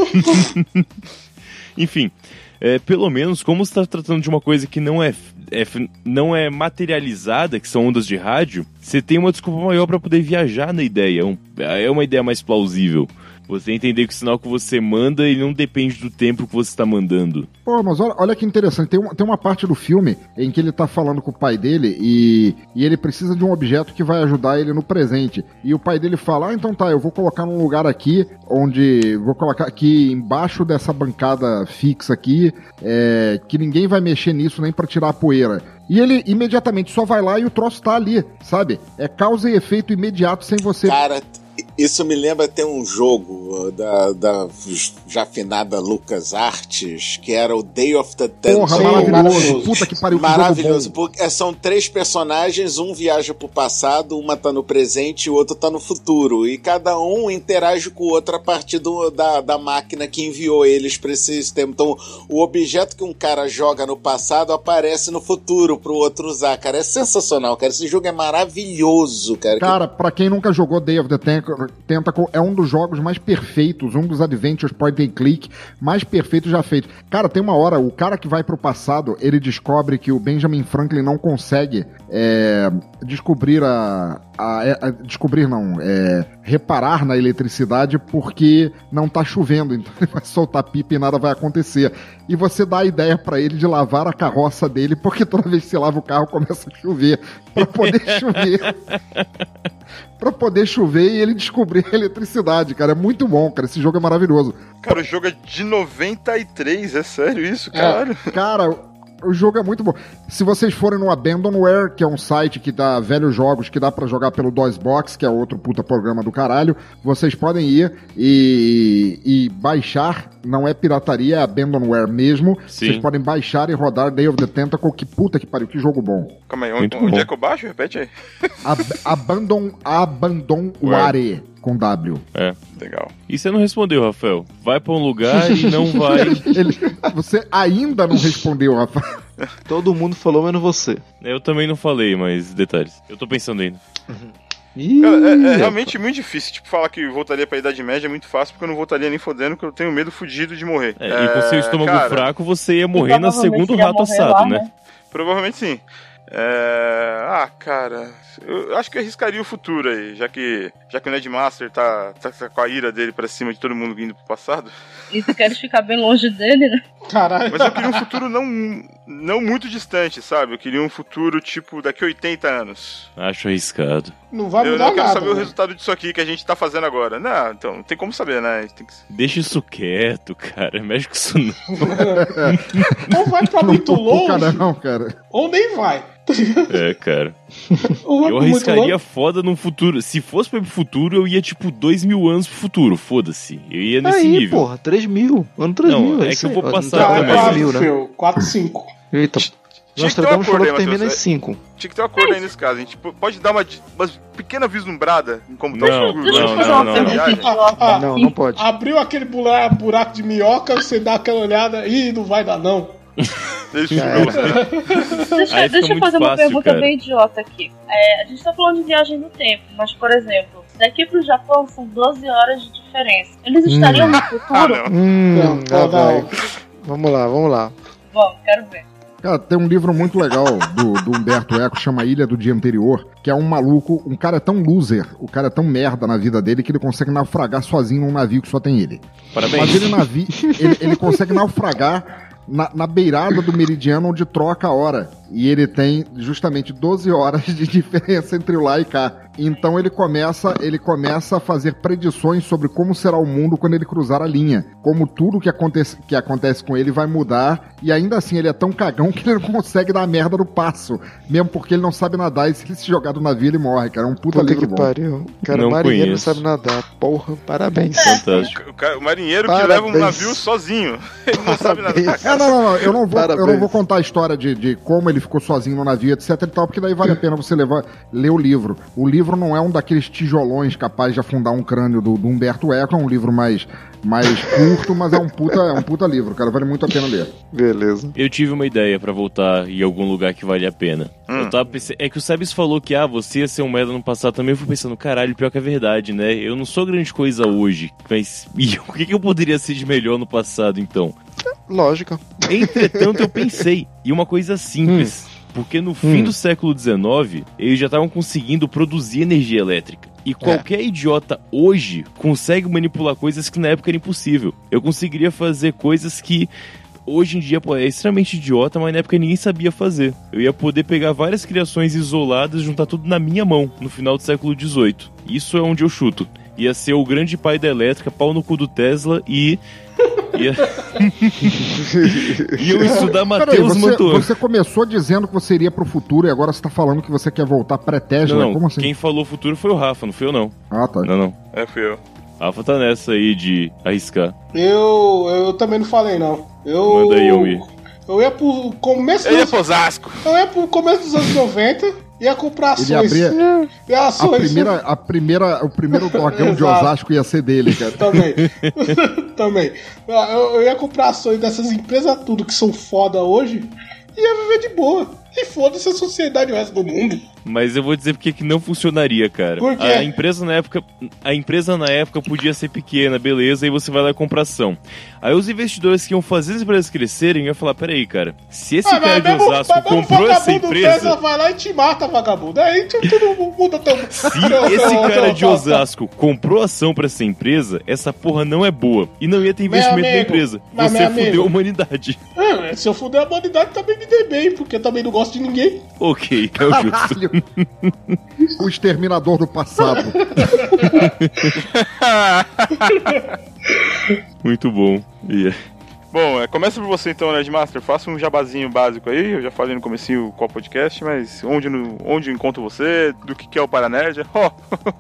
Enfim, é, pelo menos, como você está tratando de uma coisa que não é, é- não é materializada, que são ondas de rádio, você tem uma desculpa maior para poder viajar na ideia. É um- É uma ideia mais plausível. Você entender que o sinal que você manda, ele não depende do tempo que você está mandando. Pô, mas olha, olha que interessante. Tem uma, tem uma parte do filme em que ele tá falando com o pai dele e, e ele precisa de um objeto que vai ajudar ele no presente. E o pai dele fala, ah, então tá, eu vou colocar num lugar aqui, onde... Vou colocar aqui embaixo dessa bancada fixa aqui, é, que ninguém vai mexer nisso nem pra tirar a poeira. E ele imediatamente só vai lá e o troço tá ali, sabe? É causa e efeito imediato sem você... Cara, isso me lembra ter um jogo da, da já afinada Lucas Arts, que era o Day of the Dead. Porra, Sim, maravilhoso. maravilhoso. Puta que pariu, que Maravilhoso, jogo bom. porque são três personagens, um viaja pro passado, uma tá no presente e o outro tá no futuro. E cada um interage com o outro a partir do, da, da máquina que enviou eles pra esse sistema. Então, o objeto que um cara joga no passado aparece no futuro pro outro usar, cara. É sensacional, cara. Esse jogo é maravilhoso, cara. Cara, pra quem nunca jogou Day of the Ten- Tentacle, é um dos jogos mais perfeitos, um dos adventures point and click mais perfeitos já feitos. Cara, tem uma hora, o cara que vai pro passado, ele descobre que o Benjamin Franklin não consegue é, descobrir a, a, a- Descobrir não, é, reparar na eletricidade porque não tá chovendo, então ele vai soltar pipa e nada vai acontecer. E você dá a ideia pra ele de lavar a carroça dele, porque toda vez que você lava o carro começa a chover. Pra poder chover. Pra poder chover e ele descobrir a eletricidade, cara. É muito bom, cara. Esse jogo é maravilhoso. Cara, o jogo é de noventa e três, é sério isso, caralho? Cara, o jogo é muito bom. Se vocês forem no Abandonware, que é um site que dá velhos jogos que dá pra jogar pelo DOSBox, que é outro puta programa do caralho, vocês podem ir e, e baixar. Não é pirataria, é Abandonware mesmo. Sim. Vocês podem baixar e rodar Day of the Tentacle. Que puta que pariu, que jogo bom. Calma aí, onde, Muito onde bom. é que eu baixo? Repete aí. Ab Abandon, Abandonware, com W. É. Legal. E você não respondeu, Rafael. Vai pra um lugar e não vai. Ele, você ainda não respondeu, Rafa. Todo mundo falou, menos você. Eu também não falei, mas detalhes. Eu tô pensando ainda. Ih, Cara, é, é realmente muito difícil. Tipo, falar que voltaria pra Idade Média é muito fácil, porque eu não voltaria nem fodendo, porque eu tenho medo fudido de morrer. É, e com seu estômago cara, fraco, você ia morrer na provavelmente segundo ia rato morrer assado, lá, né? Provavelmente sim. É... Ah, cara, eu acho que eu arriscaria o futuro aí, já que, já que o Ned Master tá, tá com a ira dele pra cima de todo mundo indo pro passado. E tu queres ficar bem longe dele, né? Caralho. Mas eu queria um futuro não, não muito distante, sabe? Eu queria um futuro, tipo, daqui a oitenta anos. Acho arriscado. Não vai Eu mudar não quero nada. saber o né? resultado disso aqui que a gente tá fazendo agora. Não, então, não tem como saber, né? A gente tem que... Deixa isso quieto, cara. Mexe com isso não. Ou vai pra muito Não, cara, longe, não, cara. ou nem vai. É, cara. Ou vai Eu pra muito arriscaria longe. foda no futuro. Se fosse pra ir pro futuro, eu ia, tipo, dois mil anos pro futuro. Foda-se. Eu ia nesse aí, nível. porra, três mil. Ano três Não, mil. é isso que eu aí. vou passar Não, Não, é também. quatro quatro, mil, né? filho. quatro, cinco. Eita. Tinha que ter um Nostradamus acordo falou aí, que termina em Matheus. cinco. Tinha que ter um acordo aí nesse caso. A gente pode dar uma, uma pequena vislumbrada em como tá o Não, futuro. Deixa eu não, fazer não, uma não, pergunta não. idiota. Ah, Não, não pode. Abriu aquele bula- buraco de minhoca, você dá aquela olhada, ih, não vai dar não. Deixa Já eu era. Deixa, Aí fica deixa eu muito fazer uma fácil, pergunta cara. bem idiota aqui. É, a gente tá falando de viagem no tempo, mas, por exemplo, daqui pro Japão são doze horas de diferença. Eles estariam no Ah, futuro? não. Hum, Não, ah, não, vai. não. Vamos lá, vamos lá. Bom, quero ver. Cara, tem um livro muito legal do, do Humberto Eco, chama Ilha do Dia Anterior, que é um maluco, um cara é tão loser, o cara é tão merda na vida dele que ele consegue naufragar sozinho num navio que só tem ele. Parabéns. Mas ele, navi, ele, ele consegue naufragar na, na beirada do meridiano onde troca a hora. E ele tem justamente doze horas de diferença entre o lá e cá. Então ele começa, ele começa a fazer predições sobre como será o mundo quando ele cruzar a linha. Como tudo que acontece, que acontece com ele vai mudar. E ainda assim ele é tão cagão que ele não consegue dar a merda do passo. Mesmo porque ele não sabe nadar e se ele se jogar do navio ele morre, cara. É um puta livro bom. Pariu. Cara, não o marinheiro conheço. não sabe nadar. Porra, parabéns. Fantástico. O, cara, o marinheiro Parabéns. que leva um navio sozinho. Ele não sabe nadar. É, não, não, não. Eu não vou, Parabéns. eu não vou contar a história de, de como ele ficou sozinho no navio, etc e tal, porque daí vale a pena você levar, ler o livro. O livro não é um daqueles tijolões capazes de afundar um crânio do, do Humberto Eco, é um livro mais, mais curto, mas é um puta, é um puta livro, cara. Vale muito a pena ler. Beleza. Eu tive uma ideia pra voltar em algum lugar que vale a pena. Hum. Eu tava pensando, é que o Sebes falou que, ah, você ia ser um merda no passado também. Eu fui pensando, caralho, pior que é verdade, né? Eu não sou grande coisa hoje, mas e o que, que eu poderia ser de melhor no passado, então? Lógica. Entretanto, eu pensei, e uma coisa simples, porque no fim Hum. do século dezenove, eles já estavam conseguindo produzir energia elétrica. E qualquer idiota hoje consegue manipular coisas que na época era impossível. Eu conseguiria fazer coisas que hoje em dia, pô, é extremamente idiota, mas na época ninguém sabia fazer. Eu ia poder pegar várias criações isoladas e juntar tudo na minha mão, no final do século dezoito. Isso é onde eu chuto. Ia ser o grande pai da elétrica, pau no cu do Tesla e... Ia... e eu estudar Matheus você, Mantuan. você começou dizendo que você iria pro futuro e agora você tá falando que você quer voltar pré-Tesla. Não, não. Como assim? Quem falou futuro foi o Rafa, não foi eu não. Ah, tá. Não, não. É, fui eu. Rafa tá nessa aí de arriscar. Eu, eu também não falei, não. Eu, Manda aí, Almir. Eu ia pro começo Eu ia dos, pro Osasco. eu ia pro começo dos anos noventa, ia comprar ações. Ele abria- E ações. A primeira, a primeira, o primeiro dogão de Exato. Osasco ia ser dele, cara. Também. Também. Eu, eu ia comprar ações dessas empresas tudo que são foda hoje e ia viver de boa. E foda-se a sociedade e o resto do mundo. Mas eu vou dizer porque que não funcionaria, cara. Por quê? A empresa na época, a empresa na época podia ser pequena, beleza, aí você vai lá e compra ação. Aí os investidores que iam fazer as empresas crescerem iam falar, peraí, cara, se esse Ah, cara de mesmo- Osasco mas mesmo comprou essa vagabundo empresa... Tesla vai lá e te mata, vagabundo. Aí tu- tudo muda teu... Se esse cara de Osasco comprou ação pra essa empresa, essa porra não é boa. E não ia ter investimento na amigo, empresa. mas Você meu fudeu amigo. a humanidade. É, se eu fuder a humanidade, também me dei bem, porque eu também não gosto de ninguém. Ok, é o justo. Caralho. O exterminador do passado. Muito bom. Yeah. Bom, é, começa por você então, Nerdmaster. Faça um jabazinho básico aí. Eu já falei no comecinho qual podcast, mas onde, no, onde eu encontro você, do que, que é o Paranerd. Oh.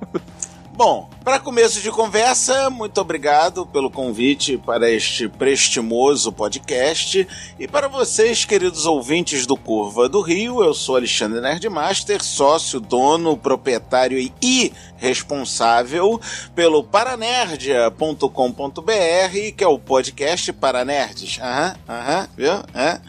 Bom, para começo de conversa, muito obrigado pelo convite para este prestimoso podcast. E para vocês, queridos ouvintes do Curva do Rio, eu sou Alexandre Nerdmaster, sócio, dono, proprietário e responsável pelo paranerdia ponto com ponto b r, que é o podcast Paranerds. Aham, aham, viu? É.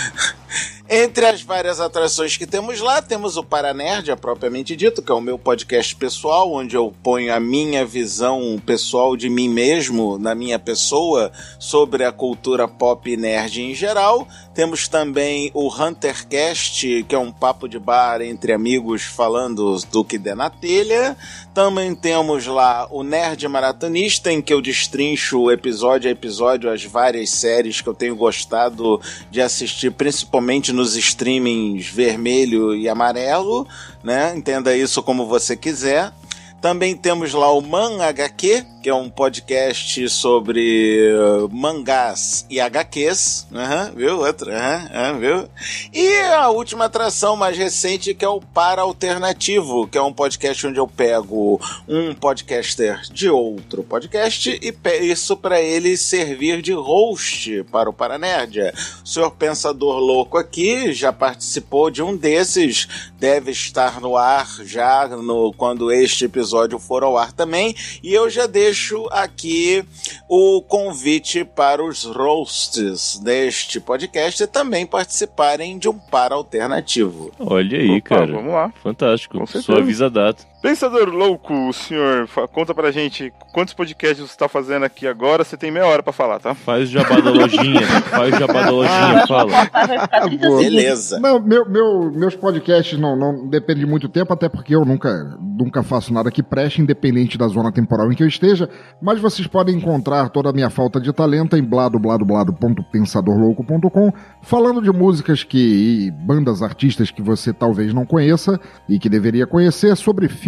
Entre as várias atrações que temos lá, temos o Paranerdia, propriamente dito, que é o meu podcast pessoal, onde eu ponho a minha visão pessoal de mim mesmo, na minha pessoa, sobre a cultura pop nerd em geral. Temos também o HunterCast, que é um papo de bar entre amigos falando do que der na telha. Também temos lá o Nerd Maratonista, em que eu destrincho episódio a episódio as várias séries que eu tenho gostado de assistir, principalmente nos streamings vermelho e amarelo, né? Entenda isso como você quiser. Também temos lá o Man H Q, que é um podcast sobre uh, mangás e H Qs, uhum, viu? Outro, uhum, uhum, viu? E a última atração mais recente, que é o Para Alternativo, que é um podcast onde eu pego um podcaster de outro podcast e peço para ele servir de host para o Paranerdia. O senhor Pensador Louco aqui já participou de um desses, deve estar no ar já no, quando este episódio for ao ar também, e eu já deixo aqui o convite para os roasts deste podcast também participarem de um Para Alternativo. Olha aí, Opa, cara. vamos lá. Fantástico. Com certeza. Só avisa a data. Pensador Louco, o senhor, fa- conta pra gente quantos podcasts você tá fazendo aqui agora. Você tem meia hora pra falar, tá? Faz o jabá da lojinha. Faz o jabá da lojinha, fala. Vai ficar trinta segundos. Beleza. Não, meu, meu- meus podcasts não, não dependem de muito tempo, até porque eu nunca, nunca faço nada que preste, independente da zona temporal em que eu esteja, mas vocês podem encontrar toda a minha falta de talento em blado blado blado ponto pensador louco ponto com, falando de músicas que, e bandas, artistas que você talvez não conheça e que deveria conhecer, sobre filmes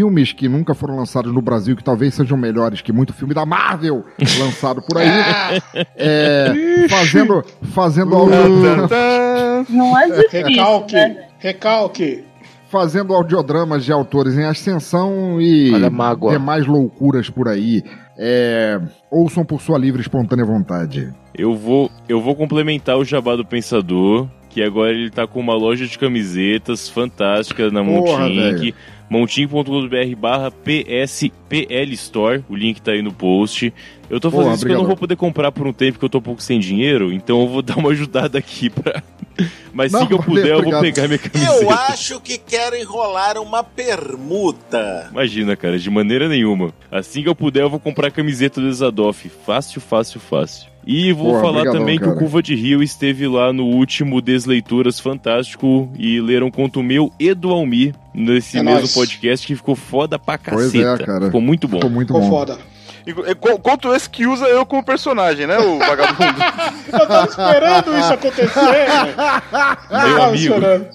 filmes que nunca foram lançados no Brasil, que talvez sejam melhores que muito filme da Marvel lançado por aí. é, fazendo fazendo audiodramas. Não é difícil, Recalque, né? recalque. Fazendo audiodramas de autores em ascensão e Olha a mágoa. demais loucuras por aí. É, ouçam por sua livre e espontânea vontade. Eu vou, eu vou complementar o Jabá do Pensador, que agora ele tá com uma loja de camisetas fantástica na Montink. montink ponto com ponto b r barra P S P L Store. O link tá aí no post. Eu tô fazendo Porra, isso porque eu não obrigado. vou poder comprar por um tempo que eu tô um pouco sem dinheiro, então eu vou dar uma ajudada aqui pra... Mas Não, se que eu valeu, puder, eu vou obrigado. pegar minha camiseta. Eu acho que quero enrolar uma permuta. Imagina, cara, de maneira nenhuma. Assim que eu puder, eu vou comprar a camiseta do Exadoff. Fácil, fácil, fácil. E vou Porra, falar obrigadão, também que cara. o Curva de Rio esteve lá no último Desleituras Fantástico e leram conto meu e do Almir nesse É mesmo nóis. podcast que ficou foda pra Pois caceta. é, cara. Ficou muito bom. Ficou muito Ficou bom. foda. E, e, co- Conto esse que usa eu como personagem, né, o vagabundo? Eu tava esperando isso acontecer. Meu Eu tava amigo, esperando.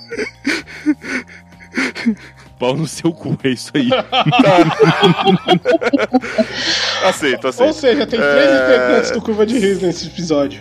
pau no seu cu, é isso aí. Aceito, Ou aceito. seja, tem três integrantes do Curva de Rios nesse episódio.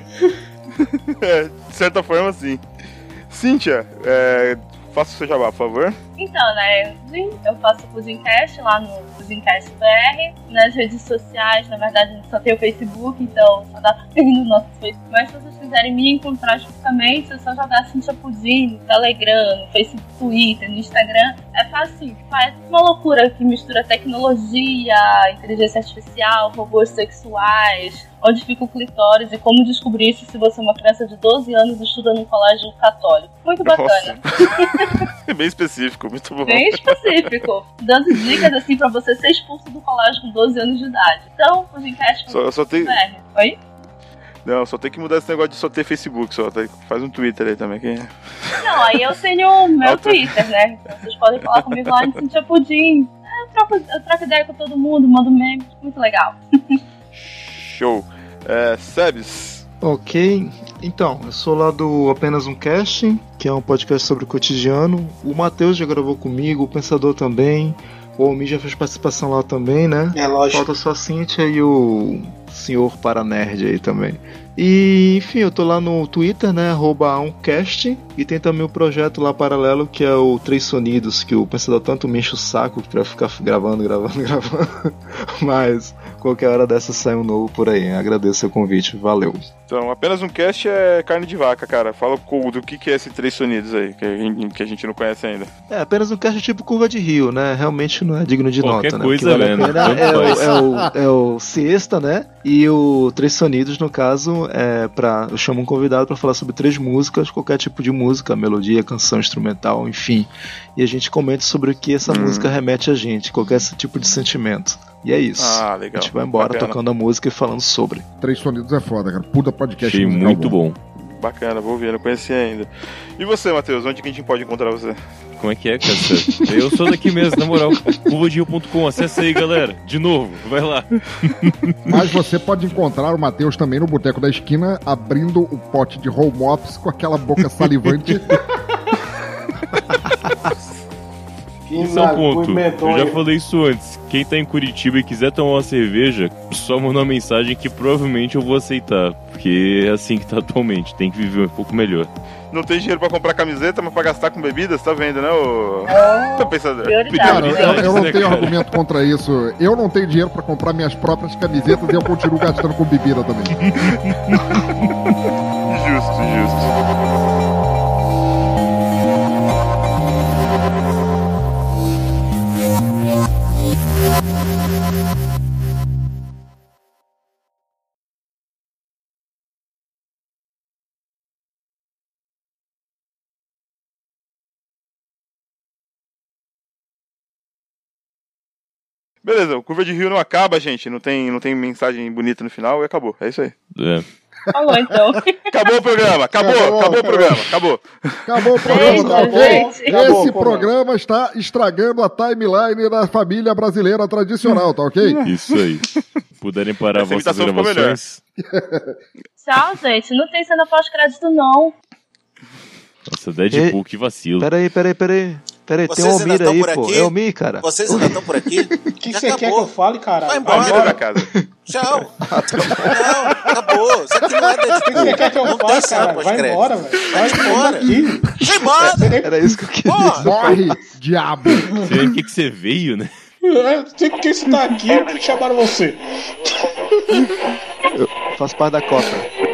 É, de certa forma, sim. Cíntia, é, faça o seu jabá, por favor. Então, né, eu faço o Pudimcast lá no Pudimcast B R, nas redes sociais, na verdade só tem o Facebook, então só dá pra ir no nosso Facebook. Mas se vocês quiserem me encontrar especificamente, é só jogar Cíntia Pudim no Telegram, no Facebook, Twitter, no Instagram. É fácil, faz uma loucura que mistura tecnologia, inteligência artificial, robôs sexuais, onde fica o clitóris e como descobrir isso se você é uma criança de doze anos e estuda num colégio católico. Muito bacana. É bem específico, muito bom. Bem específico. Dando dicas assim pra você ser expulso do colégio com doze anos de idade. Então, o Zincast Só, só tem... Oi? Não, só tem que mudar esse negócio de só ter Facebook, só. Tá? Faz um Twitter aí também. Quem... Não, aí eu tenho o meu Alta. Twitter, né? Então vocês podem falar comigo lá em Cintia Pudim. Eu troco, eu troco ideia com todo mundo, mando meme. Muito legal. Show. É, Sebes. Ok, então, eu sou lá do Apenas um Cast, que é um podcast sobre o cotidiano. O Matheus já gravou comigo, o Pensador também. O Almir já fez participação lá também, né? É lógico. Falta só a Cíntia e o senhor Paranerd aí também. E, enfim, eu tô lá no Twitter, né, arroba aumcast, e tem também o projeto lá paralelo, que é o Três Sonidos, que o Pensador tanto me enche o saco pra ficar gravando, gravando, gravando. Mas qualquer hora dessa sai um novo por aí. Agradeço o convite, valeu. Então, apenas um cast é carne de vaca, cara. Fala com- do que, que é esse Três Sonidos aí, que a, gente, que a gente não conhece ainda. É, apenas um cast tipo Curva de Rio, né? Realmente não é digno de Qualquer nota, coisa, né? O que vale a né? pena é, Tanto o, faz. é, o, é o Siesta, né? E o Três Sonidos, no caso, é pra. Eu chamo um convidado pra falar sobre três músicas, qualquer tipo de música, melodia, canção, instrumental, enfim. E a gente comenta sobre o que essa Hum. música remete a gente, qualquer tipo de sentimento. E é isso. Ah, legal. A gente vai embora Bacana. tocando a música e falando sobre. Três Sonidos é foda, cara. Puta podcast. Achei musical muito bom. Bacana, vou ver, não conhecia ainda. E você, Matheus, onde que a gente pode encontrar você? Como é que é, cara? Eu sou daqui mesmo, na moral. curva de rio ponto com, acessa aí, galera. De novo, vai lá. Mas você pode encontrar o Matheus também no Boteco da Esquina, abrindo o pote de Home Ops com aquela boca salivante. Isso é um ponto. Eu já falei isso antes. Quem tá em Curitiba e quiser tomar uma cerveja, só manda uma mensagem que provavelmente eu vou aceitar. Porque é assim que tá atualmente. Tem que viver um pouco melhor. Não tem dinheiro pra comprar camiseta, mas pra gastar com bebidas, tá vendo, né, ô... Oh, Tá pensando... prioridade. Cara, eu, eu não né, tenho cara? argumento contra isso. Eu não tenho dinheiro pra comprar minhas próprias camisetas e eu continuo gastando com bebida também. Justo, justo. Beleza, o Curva de Rio não acaba, gente. Não tem, não tem mensagem bonita no final e acabou. É isso aí. É. Falou então. Acabou o programa, acabou, Acabou, acabou o acabou. programa, acabou. Acabou o programa, tá Gente, ok? gente. Acabou, Esse acabou. programa está estragando a timeline da família brasileira tradicional, tá ok? Isso aí. Puderem parar Essa vossas imitação ficou gravações. Tchau, gente. Não tem cena pós-crédito, não. Nossa, Deadpool, que vacilo. Peraí, peraí, peraí. Peraí, tem um Almir aí, pô. É o Almir, cara. Vocês ainda estão por aqui? O que você quer que eu fale, cara? Vai embora. Vai da casa. Tchau. Não, acabou. Isso aqui não é Deadpool. O que você quer que eu Não fale, tem cena cara? Vai pós-crédito. embora, velho. Vai embora. Vai embora. Era isso que eu queria Porra. dizer. Morre, diabo! Você vê o que, que você veio, né? É, tem que você tá aqui, por que chamaram você? Eu faço parte da cota.